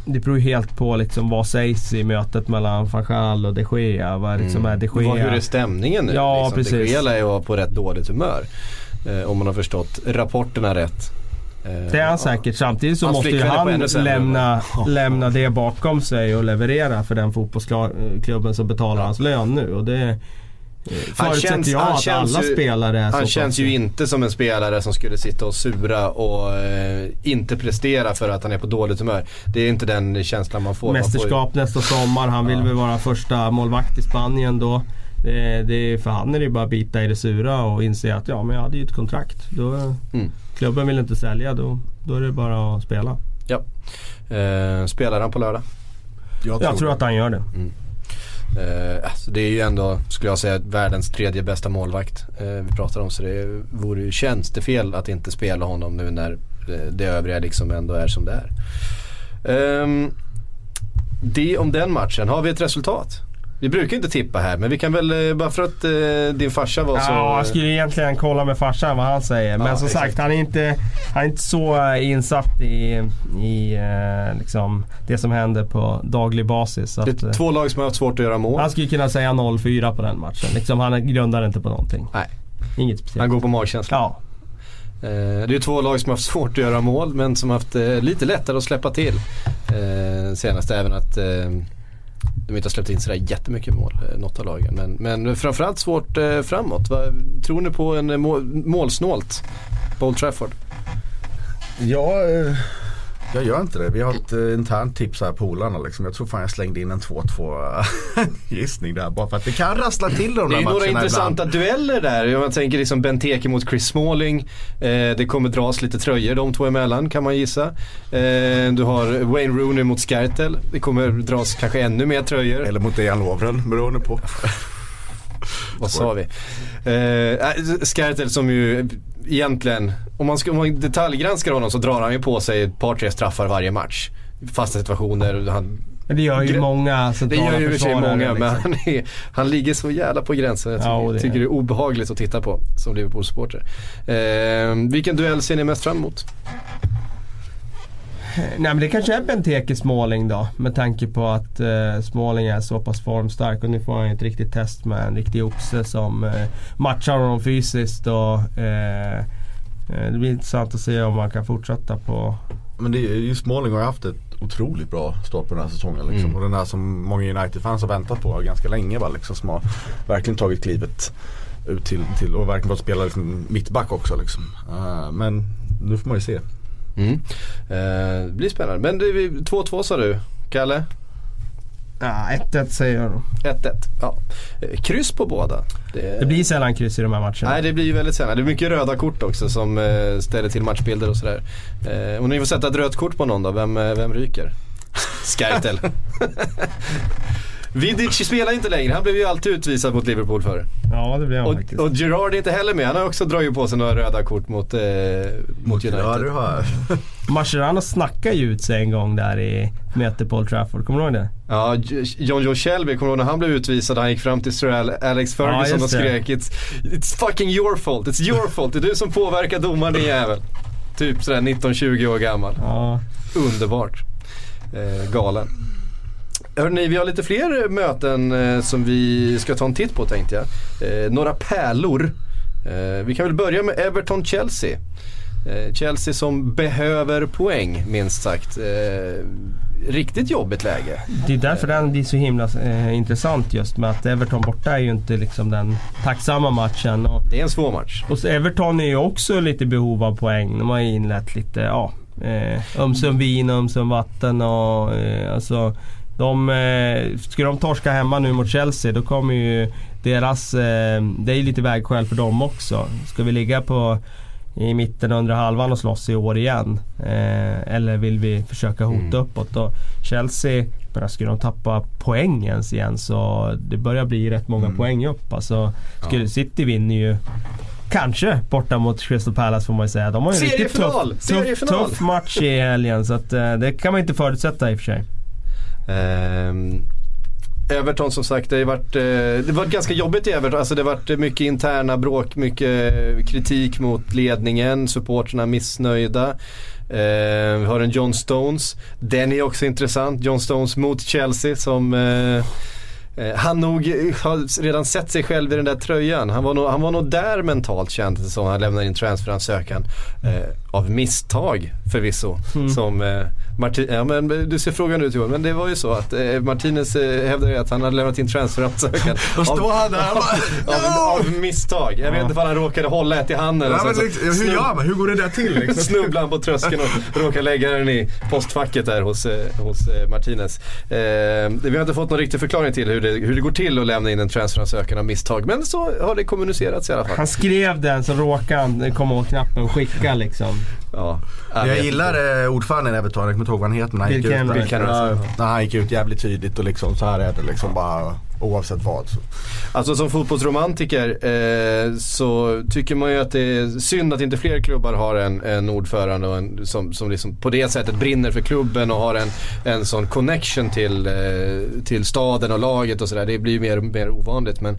det beror ju helt på liksom vad sägs i mötet mellan Van Gaal och De Gea. Vad liksom mm. är De Gea? Vad, hur är stämningen nu? Ja, liksom, precis. De Gea är ju på rätt dåligt humör. Eh, om man har förstått rapporterna rätt. Det är han säkert. Samtidigt så måste ju han lämna, lämna det bakom sig och leverera för den fotbollsklubben som betalar ja. hans lön nu. Och det förutsätter jag att alla ju, spelare är Han så känns ju inte som en spelare som skulle sitta och sura och eh, inte prestera för att han är på dåligt humör. Det är inte den känslan man får. Mästerskap man får ju... nästa sommar. Han vill ja. väl vara första målvakt i Spanien då. Det, det, för han är det bara bita i det sura och inse att ja, men jag hade ju ett kontrakt. Då, mm. Klubben vill inte sälja, då, då är det bara att spela. Ja. Eh, spelar han på lördag? Jag tror, jag tror att han gör det. Mm. Eh, alltså det är ju ändå, skulle jag säga, världens tredje bästa målvakt eh, vi pratar om, så det vore ju tjänstefel att inte spela honom nu när det, det övriga liksom ändå är som det är. Eh, det om den matchen. Har vi ett resultat? Vi brukar inte tippa här, men vi kan väl, bara för att eh, din farsa var så... Ja, jag skulle egentligen kolla med farsan vad han säger. Men ja, som exakt. sagt, han är, inte, han är inte så insatt i, i eh, liksom det som händer på daglig basis. Det är att, två lag som har haft svårt att göra mål. Han skulle kunna säga noll fyra på den matchen. Liksom, han grundar inte på någonting. Nej. Inget speciellt. Han går på magkänsla. Ja. Eh, det är två lag som har haft svårt att göra mål, men som har haft eh, lite lättare att släppa till. Eh, senast även att... Eh, de inte har släppt in sådär jättemycket mål, något av lagen. Men, men framförallt svårt eh, framåt. Va, tror ni på en mål, målsnålt på Old Trafford? Ja, eh, jag gör inte det. Vi har ett eh, internt tips här på polarna. Liksom. Jag tror fan jag slängde in en två två gissning där. Bara för att det kan rassla till de där matcherna. Det är några intressanta ibland. Dueller där. Jag tänker liksom Benteke mot Chris Smalling. Eh, det kommer dras lite tröjor de två emellan, kan man gissa. Eh, du har Wayne Rooney mot Skrtel. Det kommer dras kanske ännu mer tröjor. Eller mot Dejan Lovren, beroende på. Vad sa vi? Eh, Skrtel som ju egentligen, om man, ska, om man detaljgranskar honom så drar han ju på sig ett par tre straffar varje match. Fasta situationer. Han, men det gör ju många centrala försvarare. Det gör ju sig många, liksom. Men han, är, han ligger så jävla på gränsen. Jag tycker, ja, det, tycker det är obehagligt att titta på som Liverpool-supporter. Eh, vilken duell ser ni mest fram emot? Nej, men det kanske är Benteke Smalling då, med tanke på att eh, Smalling är så pass formstark och nu får han ett riktigt test med en riktig oxe som eh, matchar honom fysiskt och eh, det blir intressant att se om man kan fortsätta på. Men det är ju, Smalling har haft ett otroligt bra start på den här säsongen liksom. Mm. Och den här som många United-fans har väntat på ganska länge, va, liksom, som har verkligen tagit klivet ut till, till och verkligen fått spela liksom, mittback också liksom. Uh, men nu får man ju se. Mm. Eh, det blir spännande. Men det är två två sa du, Kalle? Ja, ett ett säger jag då. ett ett, ja. Eh, kryss på båda. Det, det blir sällan kryss i de här matcherna. Nej, det blir ju väldigt sällan. Det är mycket röda kort också som eh, ställer till matchbilder och sådär. Eh, om ni får sätta ett rött kort på någon då, vem, vem ryker? Skrtel. Vidic spelar inte längre. Han blev ju alltid utvisad mot Liverpool för. Ja, det blev han och, faktiskt. Och Gerrard är inte heller med. Han har också dragit på sig några röda kort mot, eh, mot United. Ja, du har. Mascherano snackade ju ut sig en gång där i möte på Old Trafford. Kommer du ihåg det? Ja, John Joe Shelby, kommer du ihåg när han blev utvisad? Han gick fram till Sir Alex Ferguson ja, och skrek it's, it's fucking your fault, it's your fault. Det är du som påverkar domaren, din jävel. Typ sådär nitton tjugo år gammal. Ja. Underbart. Eh, galen. Hörrni, vi har lite fler möten eh, som vi ska ta en titt på, tänkte jag. Eh, några pärlor. Eh, vi kan väl börja med Everton-Chelsea. Eh, Chelsea som behöver poäng, minst sagt. Eh, riktigt jobbigt läge. Det är därför den blir så himla eh, intressant, just med att Everton borta är ju inte liksom den tacksamma matchen. Och, det är en svår match. Och Everton är ju också lite behov av poäng. De har ju inlett lite, ja, eh, ömsom vin, ömsom vatten och eh, alltså... De, eh, ska de torska hemma nu mot Chelsea, då kommer ju deras, eh, det är lite vägskäl för dem också. Ska vi ligga på i mitten under halvan och slåss i år igen, eh, eller vill vi försöka hota mm. uppåt? Och Chelsea, bara skulle de tappa poäng ens igen, så det börjar bli rätt många mm. poäng upp. Alltså, skulle, ja. City vinner ju kanske borta mot Crystal Palace, får man ju säga. De har ju en riktigt tuff, tuff, tuff match i helgen, så att, eh, det kan man inte förutsätta i och för sig. Um, Everton som sagt, det har varit, det var ganska jobbigt i Everton. Alltså det har varit mycket interna bråk, mycket kritik mot ledningen, supporterna missnöjda. Eh, vi har en John Stones, den är också intressant. John Stones mot Chelsea som eh, eh, han nog har redan sett sig själv i den där tröjan. Han var nog, han var nog där mentalt, kändes det som. Han lämnade in transferansökan eh, av misstag förvisso. Mm. Som eh, Martin, ja, men du ser frågan ut Johan, men det var ju så att eh, Martinez eh, hävdade att han hade lämnat in transferansökan av, av, av, av misstag. Jag vet inte om han råkade hålla ett i handen. Ja, men, liksom, hur, snubb, gör man? Hur går det där till? Liksom? Snubblan på tröskeln och råkade lägga den i postfacket där hos, eh, hos eh, Martinez. Eh, vi har inte fått någon riktig förklaring till hur det, hur det går till att lämna in en transferansökan av misstag, men så har det kommunicerats i alla fall. Han skrev den så råkade han komma åt knappen och skicka liksom. Ja, jag, jag gillar eh, ordföranden i Everton, jag kommer inte ihåg vad han heter, men han gick, ut, Bill ja, när han gick ut jävligt tydligt och liksom så här är det liksom bara oavsett vad. Så. Alltså som fotbollsromantiker eh, så tycker man ju att det är synd att inte fler klubbar har en, en ordförande och en, som, som liksom på det sättet brinner för klubben och har en, en sån connection till, eh, till staden och laget och sådär. Det blir ju mer och mer ovanligt, men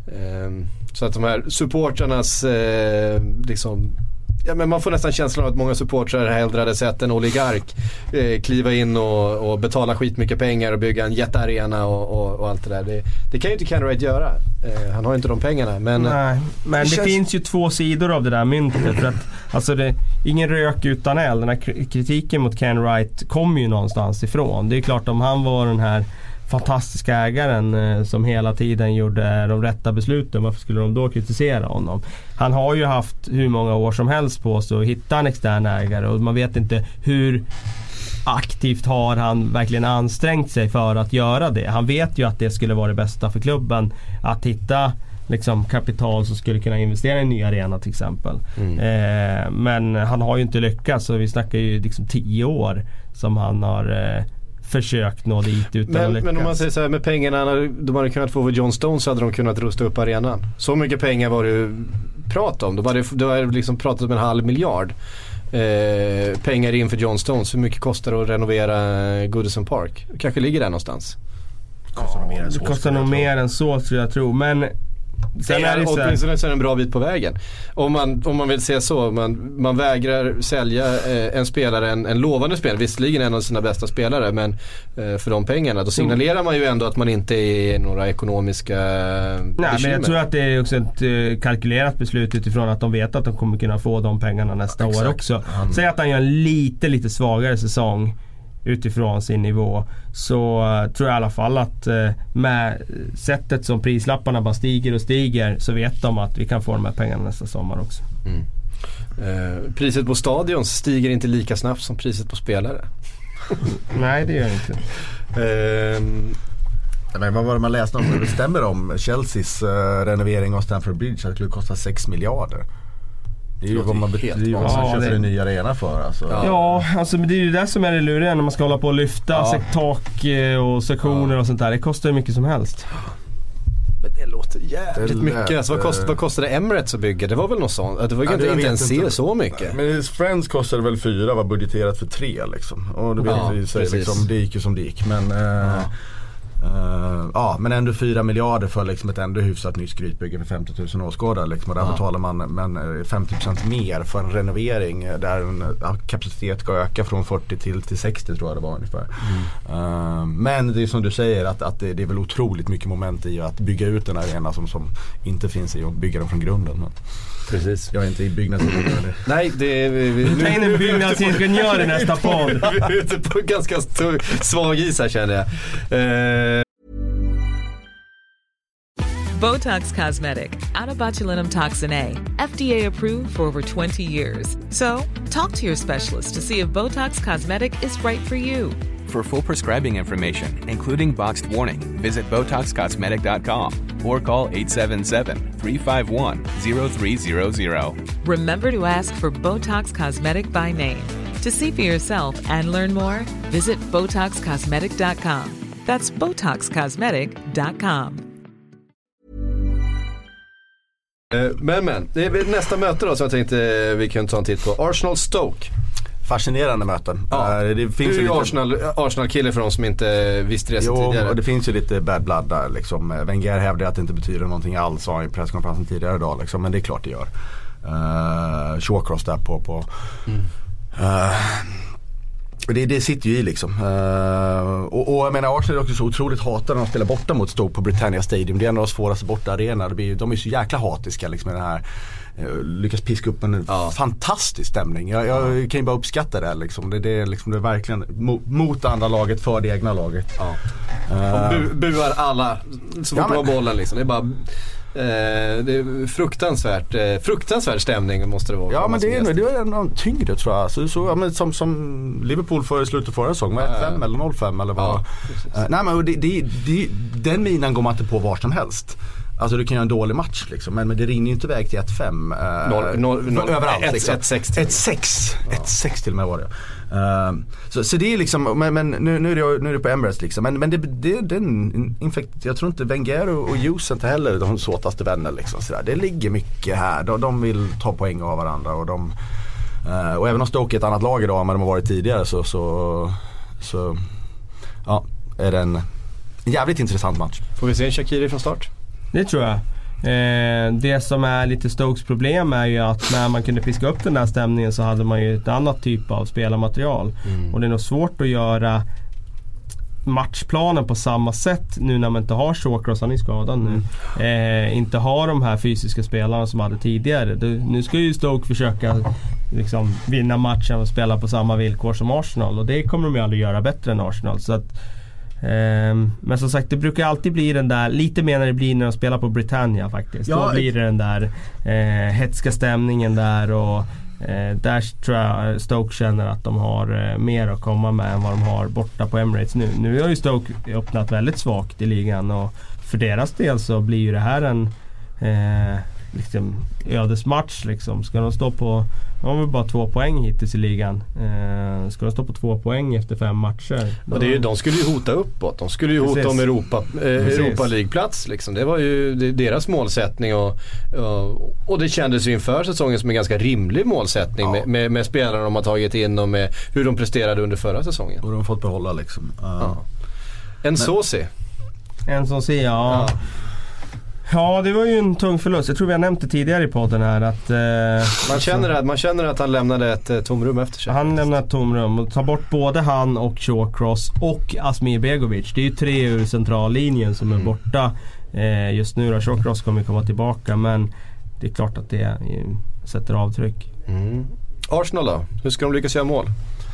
eh, så att de här supportrarnas eh, liksom, ja, men man får nästan känslan av att många supportrar hellre hade sett en oligark eh, kliva in och, och betala skitmycket pengar och bygga en jättearena och, och, och allt det där. Det, det kan ju inte Kenwright göra. Eh, han har inte de pengarna. Men, Nej, men det, det känns... finns ju två sidor av det där myntet. För att, alltså det, ingen rök utan eld. Den här kritiken mot Kenwright kommer ju någonstans ifrån. Det är klart, om han var den här fantastiska ägaren eh, som hela tiden gjorde de rätta besluten, varför skulle de då kritisera honom? Han har ju haft hur många år som helst på sig att hitta en extern ägare, och man vet inte hur aktivt har han verkligen ansträngt sig för att göra det. Han vet ju att det skulle vara det bästa för klubben att hitta liksom kapital som skulle kunna investera i en ny arena till exempel. Mm. Eh, men han har ju inte lyckats, så vi snackar ju liksom tio år som han har eh, försökt nå dit utan men, att lyckas. Men om man säger så här, med pengarna de hade kunnat få för John Stones så hade de kunnat rusta upp arenan. Så mycket pengar var det prat om. De hade, de hade liksom pratat om en halv miljard eh, pengar in för John Stones. Hur mycket kostar det att renovera Goodison Park? Det kanske ligger där någonstans. Det kostar nog mer än så, det kostar nog mer än så skulle jag tro. Men sen är det åtminstone så är det en bra bit på vägen. Om man, om man vill se så, man, man vägrar sälja eh, en spelare, en, en lovande spelare, visserligen en av sina bästa spelare, men eh, för de pengarna, då signalerar man ju ändå att man inte är några ekonomiska Nej, bekymmer. men jag tror att det är också ett uh, kalkylerat beslut utifrån att de vet att de kommer kunna få de pengarna nästa ja, år också. Mm. Säg att han gör en lite, lite svagare säsong utifrån sin nivå, så uh, tror jag i alla fall att uh, med sättet som prislapparna bara stiger och stiger, så vet de att vi kan få de här pengarna nästa sommar också. Mm. Uh, priset på stadion stiger inte lika snabbt som priset på spelare. Nej, det gör det inte. Uh, Men vad var det man läste om? Det stämmer om Chelseas uh, renovering av Stamford Bridge, att det skulle kosta sex miljarder. Det är ju vad man betyder vad man köper en ny arena för alltså. Ja, ja alltså, men det är ju det som är det luriga när man ska hålla på och lyfta ja. tak och sektioner ja. och sånt där. Det kostar ju mycket som helst. Men det låter jävligt det mycket. Alltså, vad, kostade, vad kostade Emirates att bygga? Det var väl något sånt. Det var ja, inte, inte ens se så mycket. Men Friends kostade väl fyra, var budgeterat för tre liksom. Och det, ja, vet vi, liksom, det gick ju som det gick. Men ja. Uh, Uh, ja, men ändå fyra miljarder för liksom ett ändå hyfsat nytt skrytbygge för femtio tusen åskådare liksom, och där ja. betalar man men femtio procent mer för en renovering där en kapacitet ska öka från fyrtio till, till sextio tror jag det var ungefär. Mm. Uh, men det är som du säger att, att det, det är väl otroligt mycket moment i att bygga ut en arena som, som inte finns i att bygga den från grunden. Men precis. Jag är inte i byggnadsingenjör. Nej, det är vi, vi, nu tar in en byggnadsingenjör i nästa podd. Vi är ute på ganska stor, svag is här känner jag. Uh, Botox Cosmetic, out of botulinum toxin A, F D A approved for over twenty years. So, talk to your specialist to see if Botox Cosmetic is right for you. For full prescribing information, including boxed warning, visit Botox Cosmetic dot com or call eight seven seven, three five one, zero three zero zero. Remember to ask for Botox Cosmetic by name. To see for yourself and learn more, visit Botox Cosmetic dot com. That's Botox Cosmetic dot com. Men men, det är nästa möte då som jag tänkte vi kan ta en titt på. Arsenal Stoke. fascinerande möten. Ja. Uh, det finns du är ju lite... Arsenal, Arsenal-kille för de som inte visste det jo, tidigare. Och det finns ju lite bad blood där liksom. Wenger hävdar att det inte betyder någonting alls, sa i presskonferensen tidigare idag liksom. Men det är klart det gör. Uh, Shawcross där på, på mm. uh, det, det sitter ju i liksom. uh, och, och jag menar Arsenal är också så otroligt hatade när de spelar borta mot Stoke på Britannia Stadium. Det är en av de svåraste borta arena. De är så jäkla hatiska liksom, med den här uh, lyckas piska upp en ja. fantastisk stämning. Jag, jag ja. kan ju bara uppskatta det liksom. Det, det, är, liksom, det är verkligen mot, mot andra laget för det egna laget. Ja. uh, och bu, buar alla så fort ja, men... bollen liksom. Det är bara Eh, det är fruktansvärt eh, fruktansvärd stämning måste det vara. Ja, men det är, det är en tyngre tror jag. Så, så, ja, men som, som Liverpool för slutet förra säsongen med ett fem eller noll fem eller vad. Ja, eh, nej, men det, det, det, den minan går man inte på var som helst. Alltså du kan göra en dålig match liksom, men, men det rinner ju inte iväg till ett fem eh, noll, noll, noll, överallt ett, liksom. ett sex ett sex ett sex till och med var det. Uh, så, så det är liksom, men, men nu, nu, är det, nu är det på Emirates liksom. Men, men det, det, det är en infekt, jag tror inte Wenger och, och Hughes inte heller de såtaste vänner liksom, sådär. Det ligger mycket här, de, de vill ta poäng av varandra och de uh, och även om Stoke är ett annat lag idag än de har varit tidigare så, så, så ja, är det en, en jävligt intressant match. Får vi se en Shaqiri från start? Det tror jag. Eh, det som är lite Stokes problem är ju att när man kunde fiska upp den här stämningen så hade man ju ett annat typ av spelarmaterial. Mm. Och det är nog svårt att göra matchplanen på samma sätt nu när man inte har Shawcross, han är skadad nu. Mm. Eh, inte har de här fysiska spelarna som hade tidigare. Det, nu ska ju Stoke försöka liksom vinna matchen och spela på samma villkor som Arsenal. Och det kommer de ju aldrig göra bättre än Arsenal. Så att Um, men som sagt, det brukar alltid bli den där, lite mer när det blir när de spelar på Britannia faktiskt. Ja, då blir det den där eh, hetska stämningen där och eh, där tror jag Stoke känner att de har eh, mer att komma med än vad de har borta på Emirates nu. Nu har ju Stoke öppnat väldigt svagt i ligan och för deras del så blir ju det här en eh, liksom ödesmatch liksom. Ska de stå på, de har väl bara två poäng hittills i ligan. Eh, ska de stå på två poäng efter fem matcher? Och det är ju, de skulle ju hota uppåt. De skulle ju hota Precis. om Europa, eh, Europa League-plats liksom. Det var ju deras målsättning och, och, och det kändes ju inför säsongen som en ganska rimlig målsättning ja. med, med, med spelarna de har tagit in och med hur de presterade under förra säsongen. Och de har fått behålla liksom. Uh. Ja. En Sosi. En Sosi, ja. ja. Ja, det var ju en tung förlust. Jag tror vi har nämnt det tidigare i podden här att, eh, man, känner att man känner att han lämnade ett eh, tomrum efter sig. Han lämnade ett tomrum och tar bort både han och Shawcross och Asmir Begovic. Det är ju tre ur centrallinjen som är borta eh, just nu då. Shawcross kommer komma tillbaka, men det är klart att det eh, sätter avtryck. Mm. Arsenal då? Hur ska de lyckas göra mål?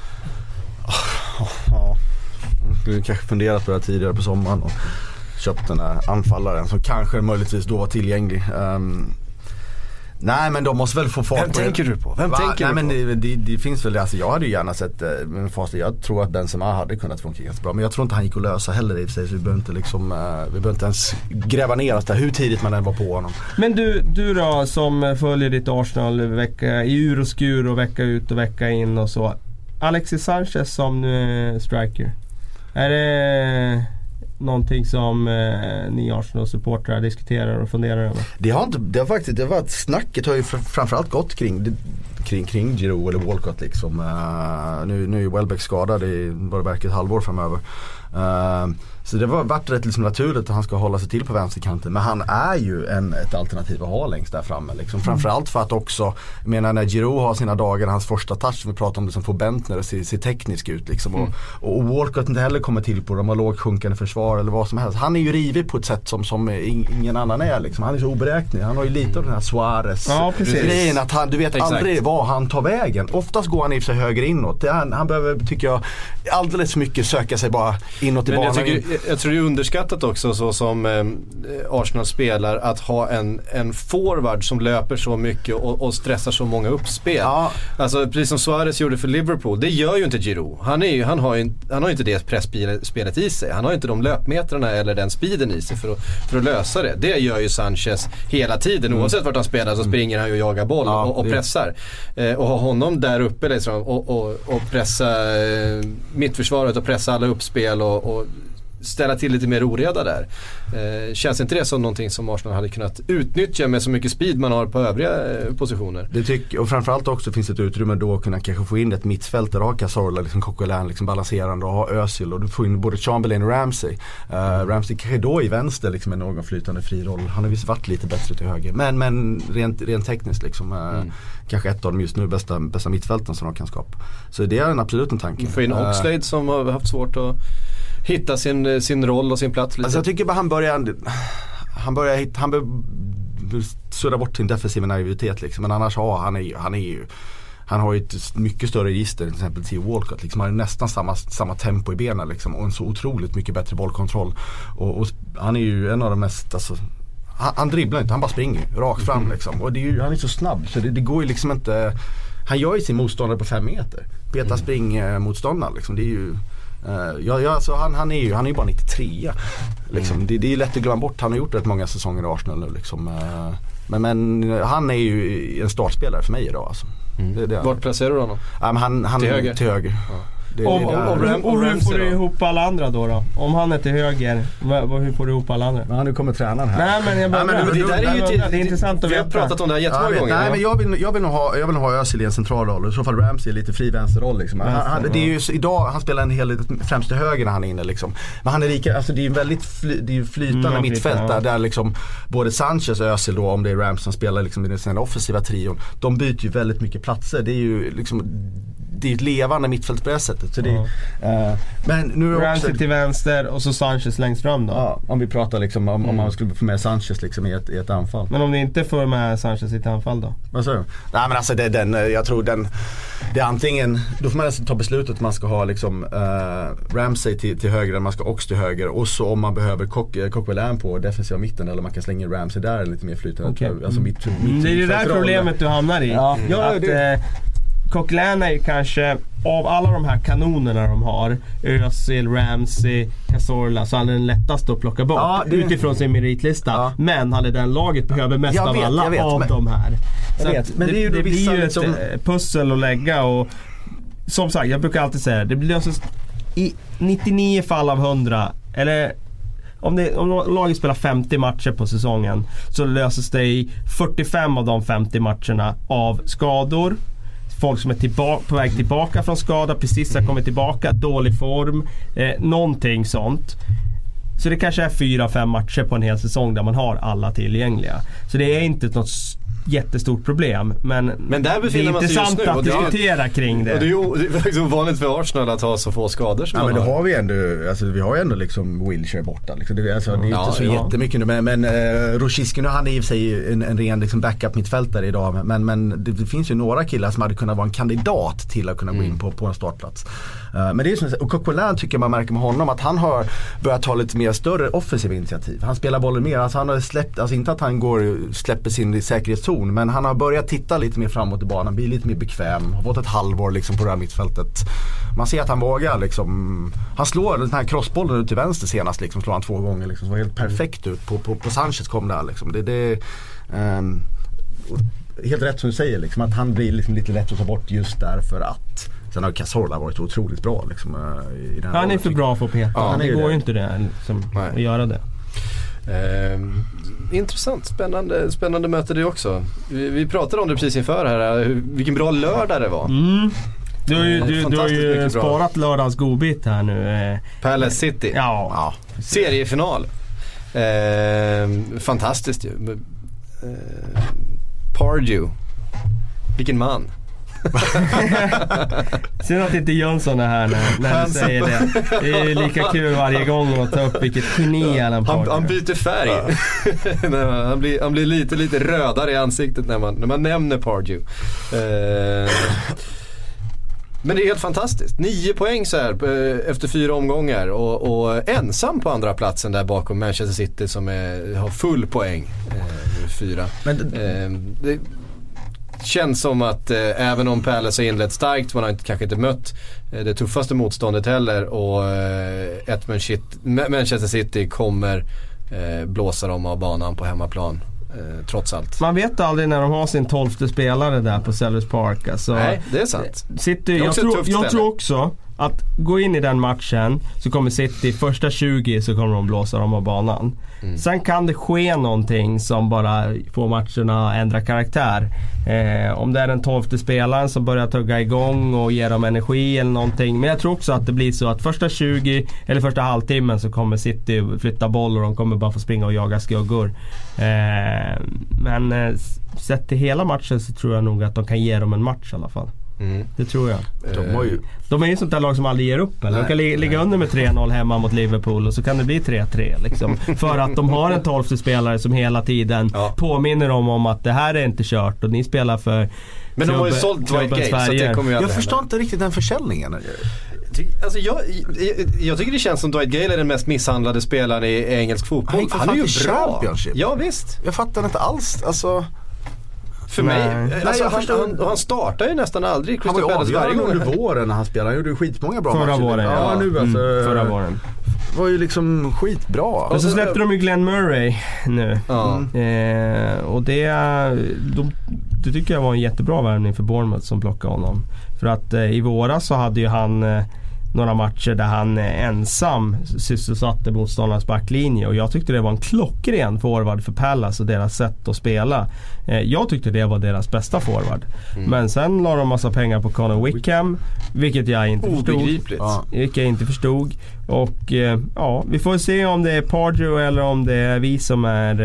Ja, oh, jag skulle kanske funderat på det tidigare på sommaren och köpt den här anfallaren som kanske möjligtvis då var tillgänglig. Um, nej, men de måste väl få fart. Vem på tänker det. du på? Vem Va? tänker nej, du på? Men det, det, det finns väl, alltså jag hade ju gärna sett men fast jag tror att Benzema hade kunnat funka ganska bra, men jag tror inte han gick att lösa heller i sig, så vi behöver inte liksom uh, vi behöver inte ens gräva ner oss där hur tidigt man än var på honom. Men du, du då som följer ditt Arsenal vecka i ur och skur och vecka ut och vecka in och så. Alexis Sanchez som nu är striker. Är det någonting som eh, ni Arsenal-supportrar diskuterar och funderar över? Det har inte, det har faktiskt, det har varit snacket har ju fr- framförallt gått kring kring, kring Giroud eller Walcott liksom. Uh, nu, nu är Welbeck skadad i vad det verkar ett halvår framöver. Uh, så det har varit rätt liksom naturligt att han ska hålla sig till på vänsterkanten, men han är ju en, ett alternativ att ha längst där framme liksom. Mm. Framförallt för att också, jag menar när Giroud har sina dagar, hans första touch som vi pratar om det som får Bentner och ser, ser teknisk ut liksom. Mm. och, och Walcott inte heller kommer till på de har lågsjunkande försvar eller vad som helst. Han är ju rivig på ett sätt som, som ingen annan är liksom. Han är så oberäknelig, han har ju lite av den här Suarez ja, grejen att han, du vet Exakt. aldrig var han tar vägen. Oftast går han i sig höger inåt. Det, han, han behöver, tycker jag, alldeles mycket söka sig bara inåt i banan. Jag, tycker, jag tror det är underskattat också så som eh, Arsenal spelar att ha en, en forward som löper så mycket och, och stressar så många uppspel. Ja. Alltså precis som Suarez gjorde för Liverpool. Det gör ju inte Giroud. Han, är ju, han, har, ju, han har ju inte det pressspelet i sig. Han har ju inte de löpmetrarna eller den speeden i sig för att, för att lösa det. Det gör ju Sanchez hela tiden. Mm. Oavsett vart han spelar så springer han ju och jagar boll ja, och, och pressar. Eh, och ha honom där uppe liksom, och, och, och pressa eh, mittförsvaret och pressa alla uppspel och, och ställa till lite mer oreda där. Eh, känns inte det som någonting som Arsenal hade kunnat utnyttja med så mycket speed man har på övriga eh, positioner? Det tycker, och framförallt också finns ett utrymme då att kunna kanske få in ett mittfält där har Cazorla, liksom Coquelin liksom balanserande och ha Özil och du får in både Chamberlain och Ramsey. Uh, Ramsey kanske då i vänster liksom med någon flytande fri roll. Han har visst varit lite bättre till höger. Men, men rent, rent tekniskt liksom uh, mm. kanske ett av de just nu bästa, bästa mittfälten som de kan skapa. Så det är en absolut en tanke. Få in Oxlade uh, som har haft svårt att hitta sin, sin roll och sin plats lite. Alltså jag tycker bara han börjar han börjar hitta, han bör surra bort sin defensiva naivitet liksom. Men annars har han är, han är ju han har ju ett mycket större register, till exempel till Walcott liksom. Han har nästan samma, samma tempo i benen liksom, och en så otroligt mycket bättre bollkontroll och, och han är ju en av de mest alltså, han, han dribblar inte, han bara springer rakt fram liksom. Och det är ju, han är så snabb så det, det går ju liksom inte. Han gör ju sin motståndare på fem meter Beta mm. spring motståndare liksom. Det är ju Uh, ja, ja, alltså han, han är ju han är ju bara nittiotre liksom. mm. det, det är lätt att glömma bort. Han har gjort rätt många säsonger i Arsenal nu liksom. uh, men, men han är ju en startspelare för mig idag alltså. mm. det, det Vart placerar du honom? Uh, han, han till höger? Till höger. Ja. Det, och, det och, och, och, och hur får du ihop alla andra då, då? Om han är till höger, vad, hur får du ihop alla andra? Men han nu kommer tränaren här. Nej men jag bara, nej, men det, det, där är ju till, det är intressant att vi veta. Vi har pratat om det här jättemånga ja, gånger. Nej, men jag vill, jag vill nog ha, jag vill nog ha Özil i en central roll. I så fall Ramsey lite fri vänsterroll liksom. Han, han, det är ju idag han spelar en hel del främst till höger när han är inne liksom. Men han är lika, alltså det är ju väldigt fly, det är ju flytande mm, mittfält där, ja. där liksom både Sanchez och Özil då, om det är Ramsey som spelar liksom i den offensiva trion. De byter ju väldigt mycket platser. Det är ju liksom det är ett levande mittfält på det sättet. Så det, ja. uh, men nu Ramsey också till vänster och så Sanchez längst fram då. Ja, om vi pratar liksom om, mm. om man skulle få med Sanchez liksom i ett, i ett anfall. Men om ni inte får med Sanchez i ett anfall då? Vad säger du? Nej men alltså det, den, jag tror den det är antingen, då får man alltså ta beslutet att man ska ha liksom uh, Ramsey till, till höger, man ska också till höger och så om man behöver Coquelin på defensiva mitten eller man kan slänga Ramsey där lite mer flytande. Okay. Alltså mitt, mitt, det är det där problemet du hamnar i. Ja, mm. ja, att, det. Eh, Coquelin är ju kanske av alla de här kanonerna de har, Özil, Ramsey, Cazorla, så han är den lättaste att plocka bort ja, det... utifrån sin meritlista. Ja. Men han är den laget behöver mest jag av vet, alla vet, av men... de här. Så vet, men det, det, är ju det blir ju liksom... ett pussel att lägga och som sagt, jag brukar alltid säga det blir löses i nittionio fall av hundra eller Om, det, om laget spelar femtio matcher på säsongen så löses det i fyrtiofem av de femtio matcherna av skador. Folk som är tillbaka, på väg tillbaka från skada, precis har kommit tillbaka, dålig form, eh, någonting sånt. Så det kanske är fyra, fem matcher på en hel säsong där man har alla tillgängliga. Så det är inte något jättestort problem, men, men där det är intressant nu, att diskutera kring det. Och det är ju det är faktiskt ovanligt för Arsenal att ha så få skador som ja, men har. då har vi ändå, alltså, vi har ju ändå liksom Wilshere borta liksom. det, alltså, det är ja, inte så ja. jättemycket nu, men, men uh, Rosicki nu, han är i och för sig en, en ren liksom, backup mittfältare idag, men, men det, det finns ju några killar som hade kunnat vara en kandidat till att kunna mm. gå in på, på en startplats. Uh, men det är ju som, och Coquelin tycker man märker med honom att han har börjat ta lite mer större offensiva initiativ. Han spelar bollen mer, alltså han har släppt, alltså inte att han går släpper sin säkerhetszon, men han har börjat titta lite mer framåt i banan, blir lite mer bekväm, har fått ett halvår liksom på det här mittfältet. Man ser att han vågar liksom, han slår den här crossbollen ut till vänster senast liksom, slår han två gånger liksom, så var helt perfekt ut på, på, på Sanchez kom där liksom. Det, det um, helt rätt som du säger liksom, att han blir liksom lite lätt att ta bort just därför att sen har Cazorla varit otroligt bra liksom, i den här han är för bra för att peta, ja, det går det. ju inte det liksom, att göra det. Eh, intressant, spännande, spännande möte det också. Vi, vi pratade om det precis inför här, hur, vilken bra lördag det var. Mm. Du har ju, du, du har ju sparat lördagens godbit här nu. Palace City. Ja. ja. Seriefinal. Eh, fantastiskt ju. Eh, Pardew. Vilken man. Synd att inte Jönsson är här när, när du säger det. Det är ju lika kul varje gång att ta upp vilket geni han, han, han byter färg. Ja. han, blir, han blir lite lite rödare i ansiktet när man, när man nämner Pardew. Eh, men det är helt fantastiskt. Nio poäng så här efter fyra omgångar och, och ensam på andra platsen där bakom Manchester City som är, har full poäng. Eh, fyra. Men eh, det känns som att eh, även om Palace har inlett starkt, man har inte, kanske inte mött eh, det tuffaste motståndet heller och eh, ett Manchester City kommer eh, blåsa dem av banan på hemmaplan eh, trots allt. Man vet aldrig när de har sin tolfte spelare där på Sellers Park. Alltså, nej, det är sant. City, är jag, tror, jag tror också att gå in i den matchen så kommer City första tjugo så kommer de blåsa dem av banan. Mm. Sen kan det ske någonting som bara får matcherna att ändra karaktär. Eh, om det är den tolfte spelaren som börjar tugga igång och ger dem energi eller någonting. Men jag tror också att det blir så att första tjugo eller första halvtimmen så kommer City flytta boll och de kommer bara få springa och jaga skuggor. Eh, men eh, sett till hela matchen så tror jag nog att de kan ge dem en match i alla fall. Mm. Det tror jag. De, har ju... de är ju sånt där lag som aldrig ger upp. Eller? De kan li- ligga under med tre noll hemma mot Liverpool och så kan det bli tre tre liksom. För att de har en tolfte spelare som hela tiden ja. påminner dem om att det här är inte kört och ni spelar för. Men de har ju sålt Dwight Gale, så det kommer ju jag förstår inte riktigt den försäljningen. Alltså jag, jag, jag tycker det känns som Dwight Gale är den mest misshandlade spelaren i engelsk fotboll. Han, han är ju bra. Ja visst. Jag fattar inte alls. Alltså för mig, alltså, Nej, han, han, han startar ju nästan aldrig. Han var ju avgörande under våren när han spelade. Han gjorde ju skitmånga bra förra matcher. Våren, ja. Ja, nu alltså, mm, förra våren. Var ju liksom skitbra. Och så släppte de ju Glenn Murray nu. Ja. Eh, och det, de, det tycker jag var en jättebra värvning för Bournemouth som plockade honom. För att eh, i våras så hade ju han eh, några matcher där han eh, ensam sysselsatte motståndarnas backlinje och jag tyckte det var en klockren forward för Palace och deras sätt att spela. Eh, jag tyckte det var deras bästa forward. Mm. Men sen la de massa pengar på Connor Wickham, vilket jag inte förstod. Ja. Vilket jag inte förstod. Och eh, ja, vi får se om det är Pardew eller om det är vi som är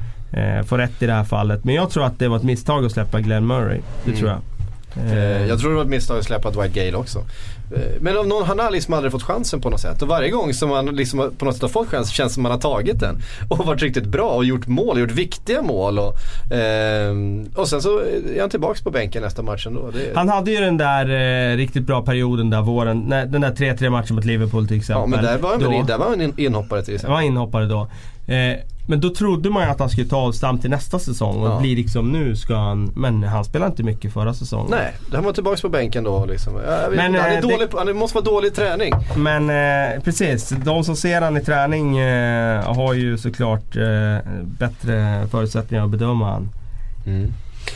eh, får rätt i det här fallet. Men jag tror att det var ett misstag att släppa Glenn Murray. Det mm. tror jag. Eh, jag tror det var ett misstag att släppa Dwight Gale också. Men av någon, han har liksom aldrig fått chansen på något sätt. Och varje gång som man liksom på något sätt har fått chans känns som man har tagit den och varit riktigt bra och gjort mål, gjort viktiga mål och, eh, och sen så är han tillbaks på bänken nästa matchen då. Det... Han hade ju den där eh, riktigt bra perioden där våren, när, den där tre tre matchen mot Liverpool till exempel. Ja, men där var han, då, där var han in, inhoppare till exempel. var inhoppare då. Eh, men då trodde man ju att han skulle ta avstamp till nästa säsong och ja. blir liksom nu ska han, men han spelade inte mycket förra säsongen. Nej, han var tillbaka på bänken då liksom. Jag vet, men, han, är dålig, det, han måste vara dålig i träning. Men eh, precis, de som ser han i träning eh, har ju såklart eh, bättre förutsättningar att bedöma han. Mm.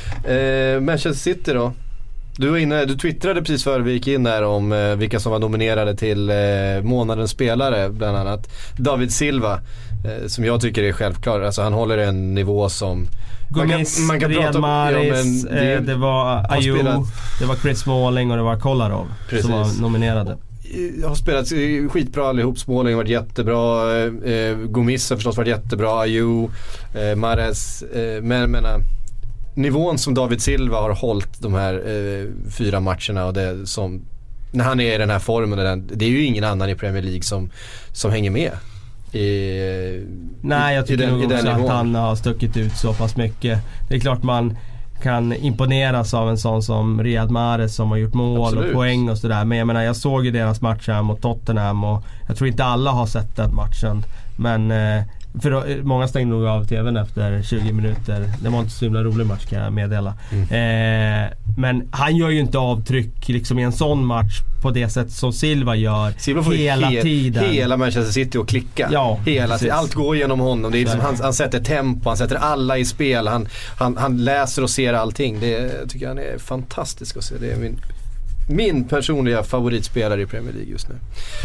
Eh, Manchester City då? Du var inne, du twittrade precis före vi gick in där om eh, vilka som var nominerade till eh, månadens spelare, bland annat David Silva, eh, som jag tycker är självklar. Alltså han håller en nivå som Gomis, man kan, man kan prata om, Maris, ja, det, eh, det var Ayew, spelat... det var Chris Smalling och det var Kolarov precis. Som var nominerade. Jag har spelat skitbra allihop. Smalling har varit jättebra, eh, Gomis har förstås varit jättebra, Ayew, eh, Mares, eh, men menar nivån som David Silva har hållit de här eh, fyra matcherna och det som när han är i den här formen, den, det är ju ingen annan i Premier League som, som hänger med i, nej, jag tycker nog också att han har stuckit ut så pass mycket. Det är klart man kan imponeras av en sån som Riyad Mahrez som har gjort mål Absolut. och poäng och sådär. Men jag menar, jag såg ju deras match här mot Tottenham och jag tror inte alla har sett den matchen. Men eh, för då, många stängde nog av tvn efter tjugo minuter. Det var inte så himla rolig match, kan jag meddela. Mm. Eh, men han gör ju inte avtryck liksom, i en sån match på det sätt som Silva gör Silva får hela he- tiden. Hela Manchester City och klicka. Ja, hela tiden. Allt går genom honom. Det är liksom, han, han sätter tempo, han sätter alla i spel. Han, han, han läser och ser allting. Det jag tycker han är fantastisk att se. Det är min, min personliga favoritspelare i Premier League just nu.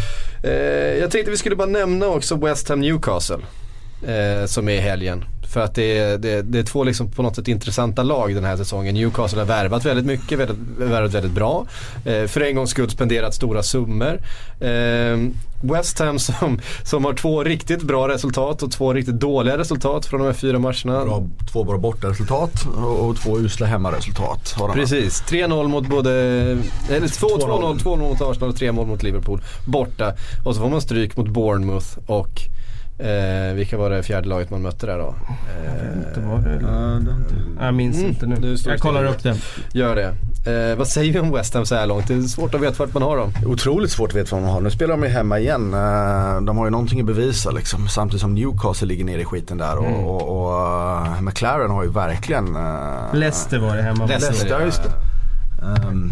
Eh, jag tänkte vi skulle bara nämna också West Ham Newcastle. Eh, som är i helgen. För att det är, det, det är två liksom på något sätt intressanta lag den här säsongen. Newcastle har värvat väldigt mycket, väldigt, värvat väldigt bra. Eh, för en gångs skull spenderat stora summor. Eh, West Ham som, som har två riktigt bra resultat och två riktigt dåliga resultat från de här fyra matcherna. Bra, två bra bortaresultat och, och två usla hemmaresultat. Precis, tre noll mot både eller två noll, två noll mot Arsenal och tre mål mot Liverpool borta. Och så får man stryk mot Bournemouth och Eh, vilka var det fjärde laget man mötte där då? Eh, jag vet inte vad det är. Uh, jag minns mm, inte nu. Jag kollar upp det. Gör det. Eh, vad säger vi om West Ham så här långt? Det är svårt att veta vart man har dem. Otroligt svårt att veta vad man har. Nu spelar de ju hemma igen. Eh, de har ju någonting att bevisa liksom. Samtidigt som Newcastle ligger ner i skiten där. Mm. Och, och, och uh, McLaren har ju verkligen... Uh, Leicester var det hemma. Leicester, Leicester just det. Um,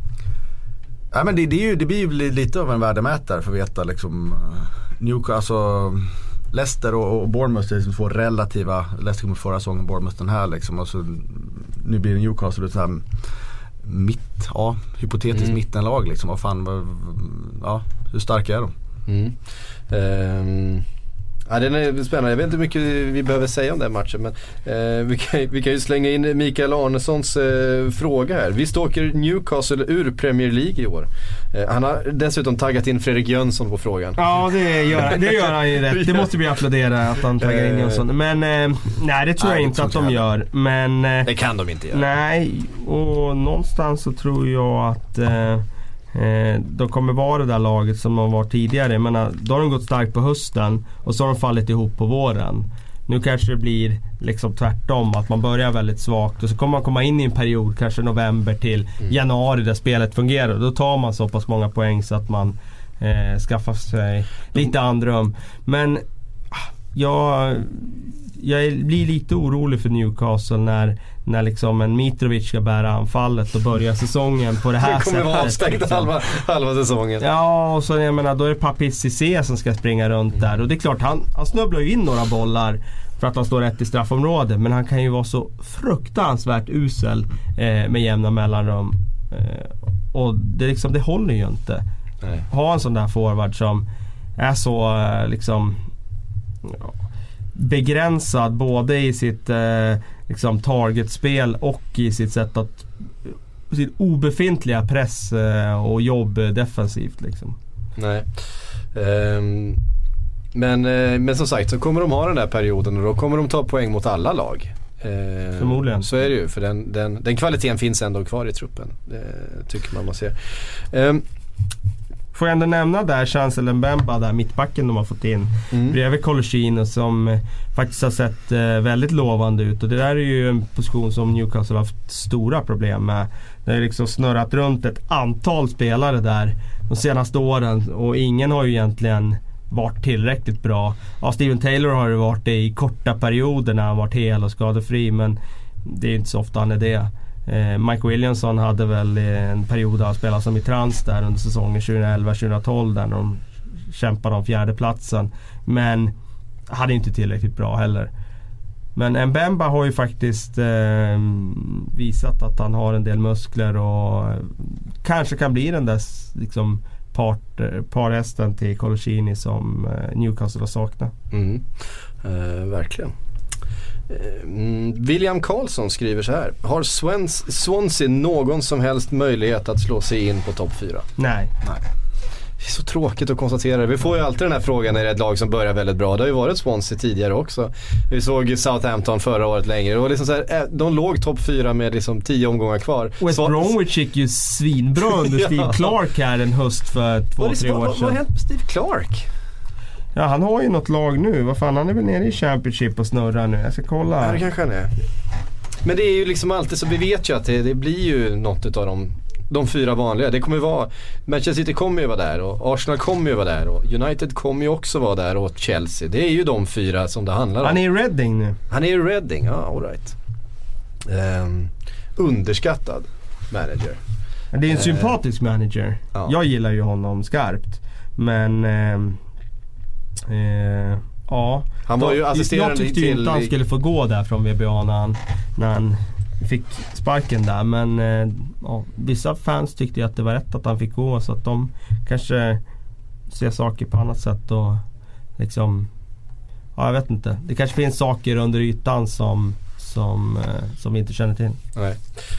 ja, men det, det, är ju, det blir ju lite av en värdemätare för att veta liksom... Uh, Newcastle... Alltså, Leicester och, och Bournemouth är liksom två relativa. Leicester kommer förra säsongen, Bournemouth den här liksom. Och så, nu blir det Newcastle ett så här mitt, ja, hypotetiskt mm. mittenlag liksom. Vad fan, vad, ja, hur starka är de? Mm. Um, ja, den är spännande. Jag vet inte hur mycket vi behöver säga om den matchen, men uh, vi, kan, vi kan ju slänga in Mikael Arnessons uh, fråga här. Visst åker Newcastle ur Premier League i år? Uh, han har dessutom taggat in Fredrik Jönsson på frågan. Ja, det gör, det gör han ju rätt. Det måste vi applådera att han taggar in Jönsson. Men uh, nej, det tror nej, jag inte att de gör. Men, uh, det kan de inte göra. Nej, och någonstans så tror jag att uh, Eh, de kommer vara det där laget som de var tidigare. Men då har de gått starkt på hösten och så har de fallit ihop på våren. Nu kanske det blir liksom tvärtom, att man börjar väldigt svagt och så kommer man komma in i en period, kanske november till mm. januari, där spelet fungerar. Då tar man så pass många poäng så att man eh, skaffar sig lite andrum. Men jag, jag blir lite orolig för Newcastle när när liksom en Mitrovic ska bära anfallet och börja säsongen på det här sättet. Det kommer vara avstängt liksom. halva, halva säsongen. Ja, och så jag menar, då är det Papis Cissé som ska springa runt där. Och det är klart, han, han snubblar ju in några bollar för att han står rätt i straffområdet. Men han kan ju vara så fruktansvärt usel eh, med jämna mellanrum. Eh, och det, liksom, det håller ju inte. Nej. Ha en sån där forward som är så eh, liksom... Ja, begränsad både i sitt eh, liksom targetspel och i sitt sätt att sitt obefintliga press eh, och jobb defensivt liksom. Nej. Um, men, eh, men som sagt så kommer de ha den där perioden och då kommer de ta poäng mot alla lag. Um, Förmodligen. Så är det ju, för den, den, den kvaliteten finns ändå kvar i truppen. Det tycker man man ser. Um, Får jag ändå nämna där Chancellor Mbemba, där mittbacken de har fått in mm. bredvid Colocino, som eh, faktiskt har sett eh, väldigt lovande ut. Och det där är ju en position som Newcastle har haft stora problem med. Det har liksom snurrat runt ett antal spelare där de senaste åren och ingen har ju egentligen varit tillräckligt bra. Ja, Steven Taylor har det varit det i korta perioder när han varit hel och skadefri, men det är inte så ofta han är det. Eh, Mike Williamson hade väl en period där han spelade som i trans där under säsongen tjugoelva tjugotolv där de kämpade om fjärde platsen, men hade inte tillräckligt bra heller. Men Mbemba har ju faktiskt eh, visat att han har en del muskler och kanske kan bli den där liksom part, parhästen till Colocini som eh, Newcastle har saknat. Mm. Eh, verkligen. Mm, William Karlsson skriver så här: har Swans- Swansea någon som helst möjlighet att slå sig in på topp fyra? Nej. Nej. Det är så tråkigt att konstatera. Vi får ju alltid den här frågan när det är ett lag som börjar väldigt bra. Det har ju varit Swansea tidigare också. Vi såg Southampton förra året längre. Det var liksom så här, de låg topp fyra med liksom tio omgångar kvar. West Bromwich gick ju svinbra under Steve ja. Clark här en höst för två, tre år sedan. Vad har hänt med Steve Clark? Ja, han har ju något lag nu. Vad fan, han är väl nere i Championship och snurrar nu. Jag ska kolla. Ja, det kanske han är. Men det är ju liksom alltid så, vi vet ju att det, det blir ju något av de, de fyra vanliga. Det kommer ju vara, Manchester City kommer ju vara där och Arsenal kommer ju vara där och United kommer ju också vara där och Chelsea. Det är ju de fyra som det handlar om. Han är i Reading nu. Han är i Reading, ja, all right. Um, underskattad manager. Det är en uh, sympatisk manager. Ja. Jag gillar ju honom skarpt. Men... Um, Eh, ja, han var ju assisterande. Jag tyckte ju inte han skulle få gå där från V B A när han, när han fick sparken där. Men eh, ja, vissa fans tyckte ju att det var rätt att han fick gå, så att de kanske ser saker på annat sätt och liksom, ja, jag vet inte. Det kanske finns saker under ytan som som, eh, som vi inte känner till. Nej.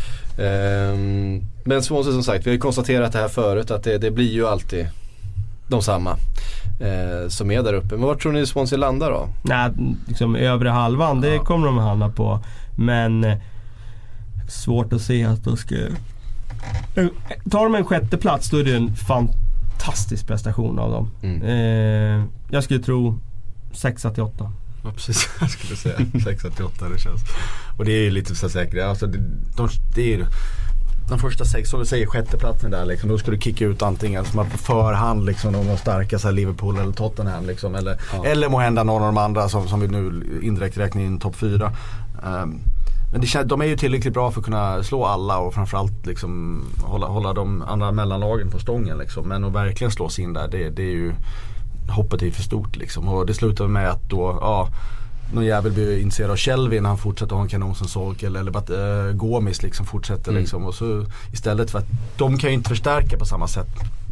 Um, men Swansea, som sagt, vi har ju konstaterat det här förut, att det, det blir ju alltid de samma eh, som är där uppe. Men var tror ni Swansea landar då? Nej, liksom övre halvan, det ja. kommer de att handla på. Men eh, svårt att se att de ska... Tar de en sjätte plats, då är det en fantastisk prestation av dem. Mm. Eh, jag skulle tro sex till åtta. Ja, precis, jag skulle säga sex till åtta, det känns. Och det är ju lite så säkert. Alltså, det, de, det är ju de första sex, som du säger, sjätteplatsen där liksom, då ska du kicka ut antingen som att på förhand liksom, de var starka så här, Liverpool eller Tottenham liksom, eller, ja. eller må hända någon av de andra som, som vi nu indirekt räknar in topp fyra. Um, men det känns, de är ju tillräckligt bra för att kunna slå alla och framförallt liksom, hålla, hålla de andra mellanlagen på stången liksom. Men att verkligen slå sig in där, det, det är ju, hoppet är för stort liksom. Och det slutar med att då, ja, någon jävel blir intresserad av Shelby, han fortsätter ha en kanon som Solk, eller, eller att äh, Gomis liksom fortsätter mm. liksom. Och så istället för att de kan ju inte förstärka på samma sätt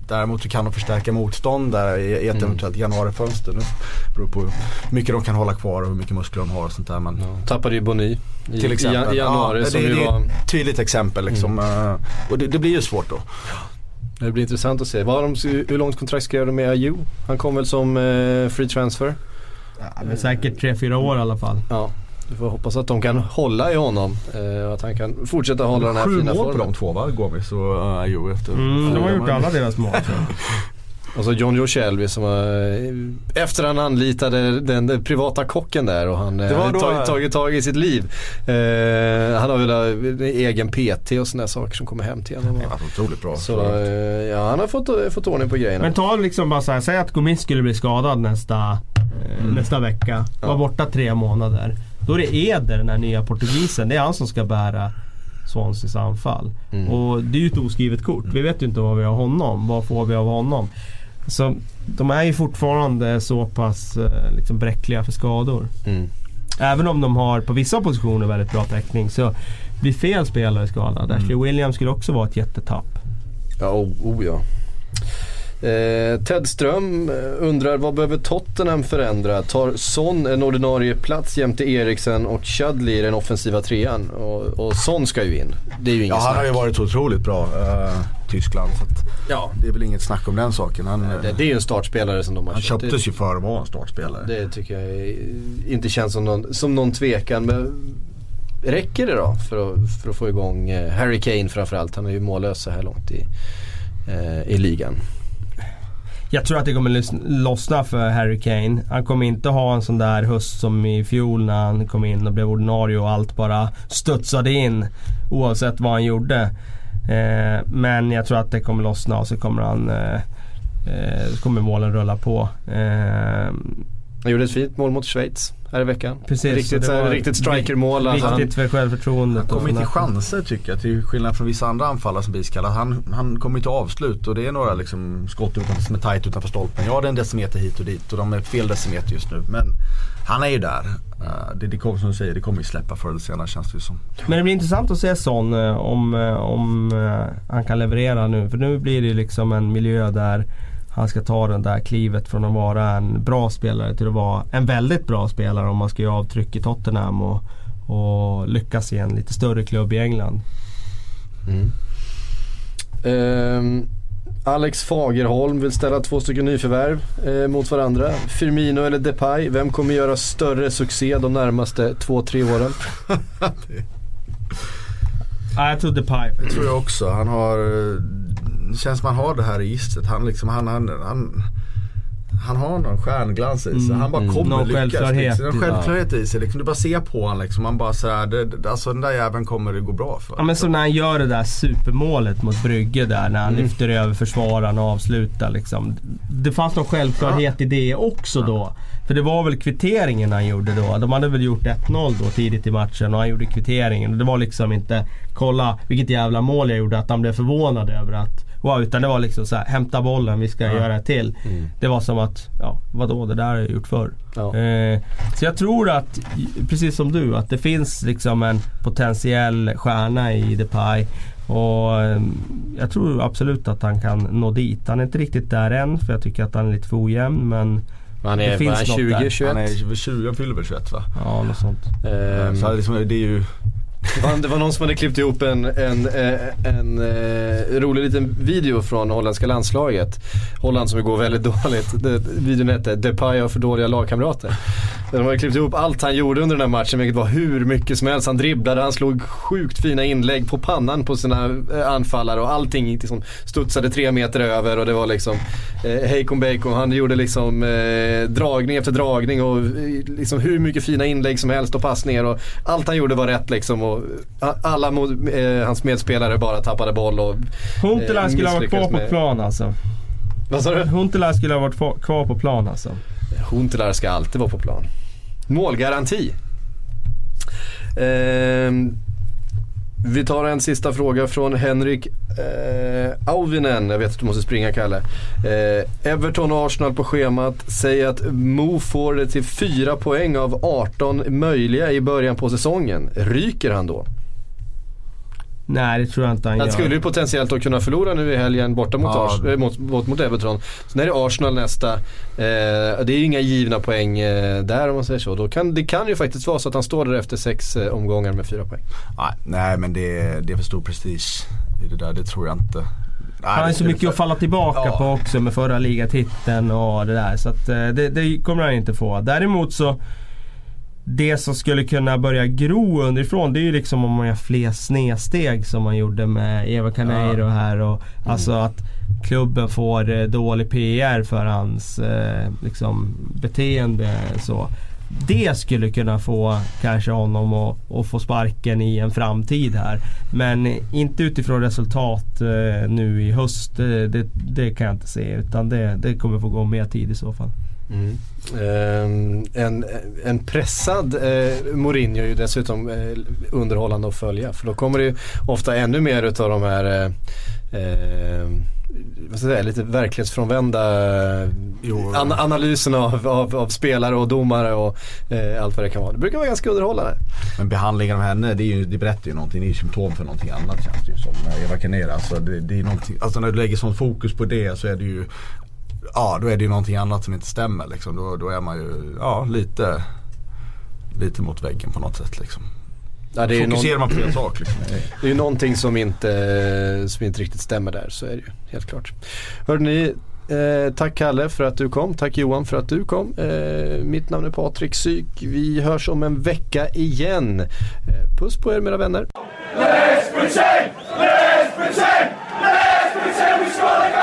Däremot kan de förstärka motstånd där i ett mm. eventuellt januarifönster. Det beror på hur mycket de kan hålla kvar och hur mycket muskler de har och sånt där. Men ja. Tappade ju Boni i, till exempel. i januari. Ja, det, som det, det det var är ett tydligt exempel liksom. Mm. Och det, det blir ju svårt då. Det blir intressant att se. Vad de, hur långt kontrakt skrev de med Ayew? Han kom väl som eh, free transfer? Ja, men säkert tre fyra år i alla fall. Ja. Du får hoppas att de kan hålla i honom eh, och att han kan fortsätta hålla den här fina formen. Sju mål på de två, va? Gomes och uh, Ayew efter. Mm, de har gjort alla deras mål. Och så John Joe Shelby som var, efter han anlitade den, den privata kocken där och han har tagit, tagit tag i sitt liv. Eh, han har väl en egen P T och sådana saker som kommer hem till honom. Det var otroligt bra. Så, eh, ja, han har fått, fått ordning på grejerna. Men ta liksom bara så här, säg att Gomes skulle bli skadad nästa, eh, mm. nästa vecka. Var ja. borta tre månader. Då är det Eder, den här nya portugisen. Det är han som ska bära Swanseas anfall. Mm. Och det är ju ett oskrivet kort. Vi vet ju inte vad vi har honom. Vad får vi av honom? Så de är ju fortfarande så pass liksom bräckliga för skador. Mm. Även om de har på vissa positioner väldigt bra täckning, så blir fel spelare skadad. Mm. Ashley Williams skulle också vara ett jättetapp. Ja, oh, oh ja. Eh, Ted Ström undrar, vad behöver Tottenham förändra? Tar Son en ordinarie plats jämte Eriksen och Chadli i den offensiva trean? Och, och Son ska ju in. Det är ju inget ja, han snack. har ju varit otroligt bra uh, Tyskland, så att ja. det är väl inget snack om den saken. Han, det, det är ju en startspelare som de har han köpt. köptes ju för att vara en startspelare. Det tycker jag inte känns som någon, som någon tvekan. Men räcker det då för att, för att få igång eh, Harry Kane framförallt? Han är ju mållös så här långt i, eh, i ligan. Jag tror att det kommer lossna för Harry Kane. Han kommer inte ha en sån där höst som i fjol när han kom in och blev ordinarie och allt bara studsade in oavsett vad han gjorde. Eh, men jag tror att det kommer lossna och så kommer han eh, eh, kommer målen rulla på. Eh, han gjorde ett fint mål mot Schweiz här i veckan. Precis, riktigt, så riktigt strikermål. Viktigt alltså. för självförtroendet. Han kommer inte chanser, tycker jag, till skillnad från vissa andra anfallare som blir kallade. Han, han kommer inte avslut och det är några liksom skott utan, som är tajt utanför stolpen. Ja, det är en decimeter hit och dit och de är fel decimeter just nu. Men han är ju där. Uh, det, det kommer, som du säger, det kommer ju släppa förr eller senare, känns det ju som. Men det blir intressant att se Son om, om han kan leverera nu. För nu blir det liksom en miljö där han ska ta den där klivet från att vara en bra spelare till att vara en väldigt bra spelare om man ska göra avtryck i Tottenham och, och lyckas i en lite större klubb i England. Mm. Um, Alex Fagerholm vill ställa två stycken nyförvärv eh, mot varandra. Firmino eller Depay, vem kommer göra större succé de närmaste två, tre åren? Ja, jag tror Depay. Det tror jag också. Han har, det känns som han har det här registret. Han liksom, han, han, han, han har någon stjärnglans i sig. Han bara kommer någon lyckas. Självklarhet. Liksom. Självklarhet ja. i sig. Liksom, du bara ser på honom liksom. Man bara såhär, det, alltså den där jäveln kommer det gå bra för. Ja, men så när han gör det där supermålet mot Brygge där, när han mm. lyfter över försvararen och avslutar liksom. Det fanns någon självklarhet ja. i det också ja. då. För det var väl kvitteringen han gjorde då. De hade väl gjort ett noll då tidigt i matchen och han gjorde kvitteringen. Och det var liksom inte, kolla vilket jävla mål jag gjorde, att han blev förvånad över att wow, utan det var liksom så här, hämta bollen, vi ska ja. göra det till. Mm. Det var som att, ja, vadå, det där har jag gjort förr. Ja. Eh, så jag tror att, precis som du, att det finns liksom en potentiell stjärna i Depay. Och eh, jag tror absolut att han kan nå dit. Han är inte riktigt där än, för jag tycker att han är lite för ojämn, men han är, det finns han tjugo tjugoett. Han är tjugo, han fyller väl tjugoett, va? Ja, något sånt. Um, så liksom, det är ju... Det var någon som hade klippt ihop en, en, en, en, en rolig liten video från holländska landslaget. Holland som går väldigt dåligt. Det, videon hette Depay har för dåliga lagkamrater. De hade klippt ihop allt han gjorde under den här matchen, vilket var hur mycket som helst. Han dribblade, han slog sjukt fina inlägg på pannan på sina anfallare och allting liksom studsade tre meter över och det var liksom eh, hejkon bacon. Han gjorde liksom eh, dragning efter dragning och eh, liksom hur mycket fina inlägg som helst och passningar och allt han gjorde var rätt liksom och alla eh, hans medspelare bara tappade boll och Huntelaar eh, skulle ha varit kvar på plan alltså. Vad sa du? Huntelaar skulle ha varit kvar på plan alltså. Huntelaar ska alltid vara på plan. Målgaranti. Eh, vi tar en sista fråga från Henrik eh, Auvinen. Jag vet att du måste springa, Kalle. Eh, Everton och Arsenal på schemat. Säger att Mo får det till fyra poäng av arton möjliga i början på säsongen. Ryker han då? Nej, det tror jag inte han, han gör. skulle ju potentiellt då kunna förlora nu i helgen borta mot, ja. Ars- äh, mot, mot, mot Everton. Sen är det Arsenal nästa. Eh, det är ju inga givna poäng eh, där om man säger så. Då kan, det kan ju faktiskt vara så att han står där efter sex eh, omgångar med fyra poäng. Nej, nej men det, det är för stor prestige i det där, det tror jag inte. Han har så mycket för... att falla tillbaka ja. på också med förra ligatiteln och det där. Så att, det, det kommer han inte få. Däremot så det som skulle kunna börja gro underifrån, det är ju liksom om man gör fler snedsteg som man gjorde med Eva Caneiro ja. här. Och, mm. Alltså att klubben får dålig P R för hans eh, liksom, beteende. Så. Det skulle kunna få kanske honom att, att få sparken i en framtid här. Men inte utifrån resultat eh, nu i höst. Det, det, det kan jag inte se. Utan det, det kommer få gå mer tid i så fall. Mm. Eh, en, en pressad eh, Mourinho är ju dessutom eh, underhållande att följa. För då kommer det ju ofta ännu mer utav de här eh, eh, vad ska jag säga, lite verklighetsfrånvända jo, an- analyserna av, av, av spelare och domare och eh, allt vad det kan vara. Det brukar vara ganska underhållande. Men behandlingen av henne, det, är ju, det berättar ju någonting, det är ju symptom för någonting annat, känns det ju som Eva Caneiro. Alltså, det, det är någonting, alltså när du lägger sån fokus på det så är det ju ja, då är det ju någonting annat som inte stämmer liksom. Då, då är man ju ja, lite lite mot väggen på något sätt liksom. Ja, det är fokuserar någon... man på en sak liksom. Det är ju någonting som inte, som inte riktigt stämmer där, så är det ju helt klart. Hörde ni, eh, tack Kalle för att du kom, tack Johan för att du kom. Eh, mitt namn är Patrik Syk. Vi hörs om en vecka igen. Eh, puss på er mina vänner. Let's pretend! Let's pretend! Let's pretend we score like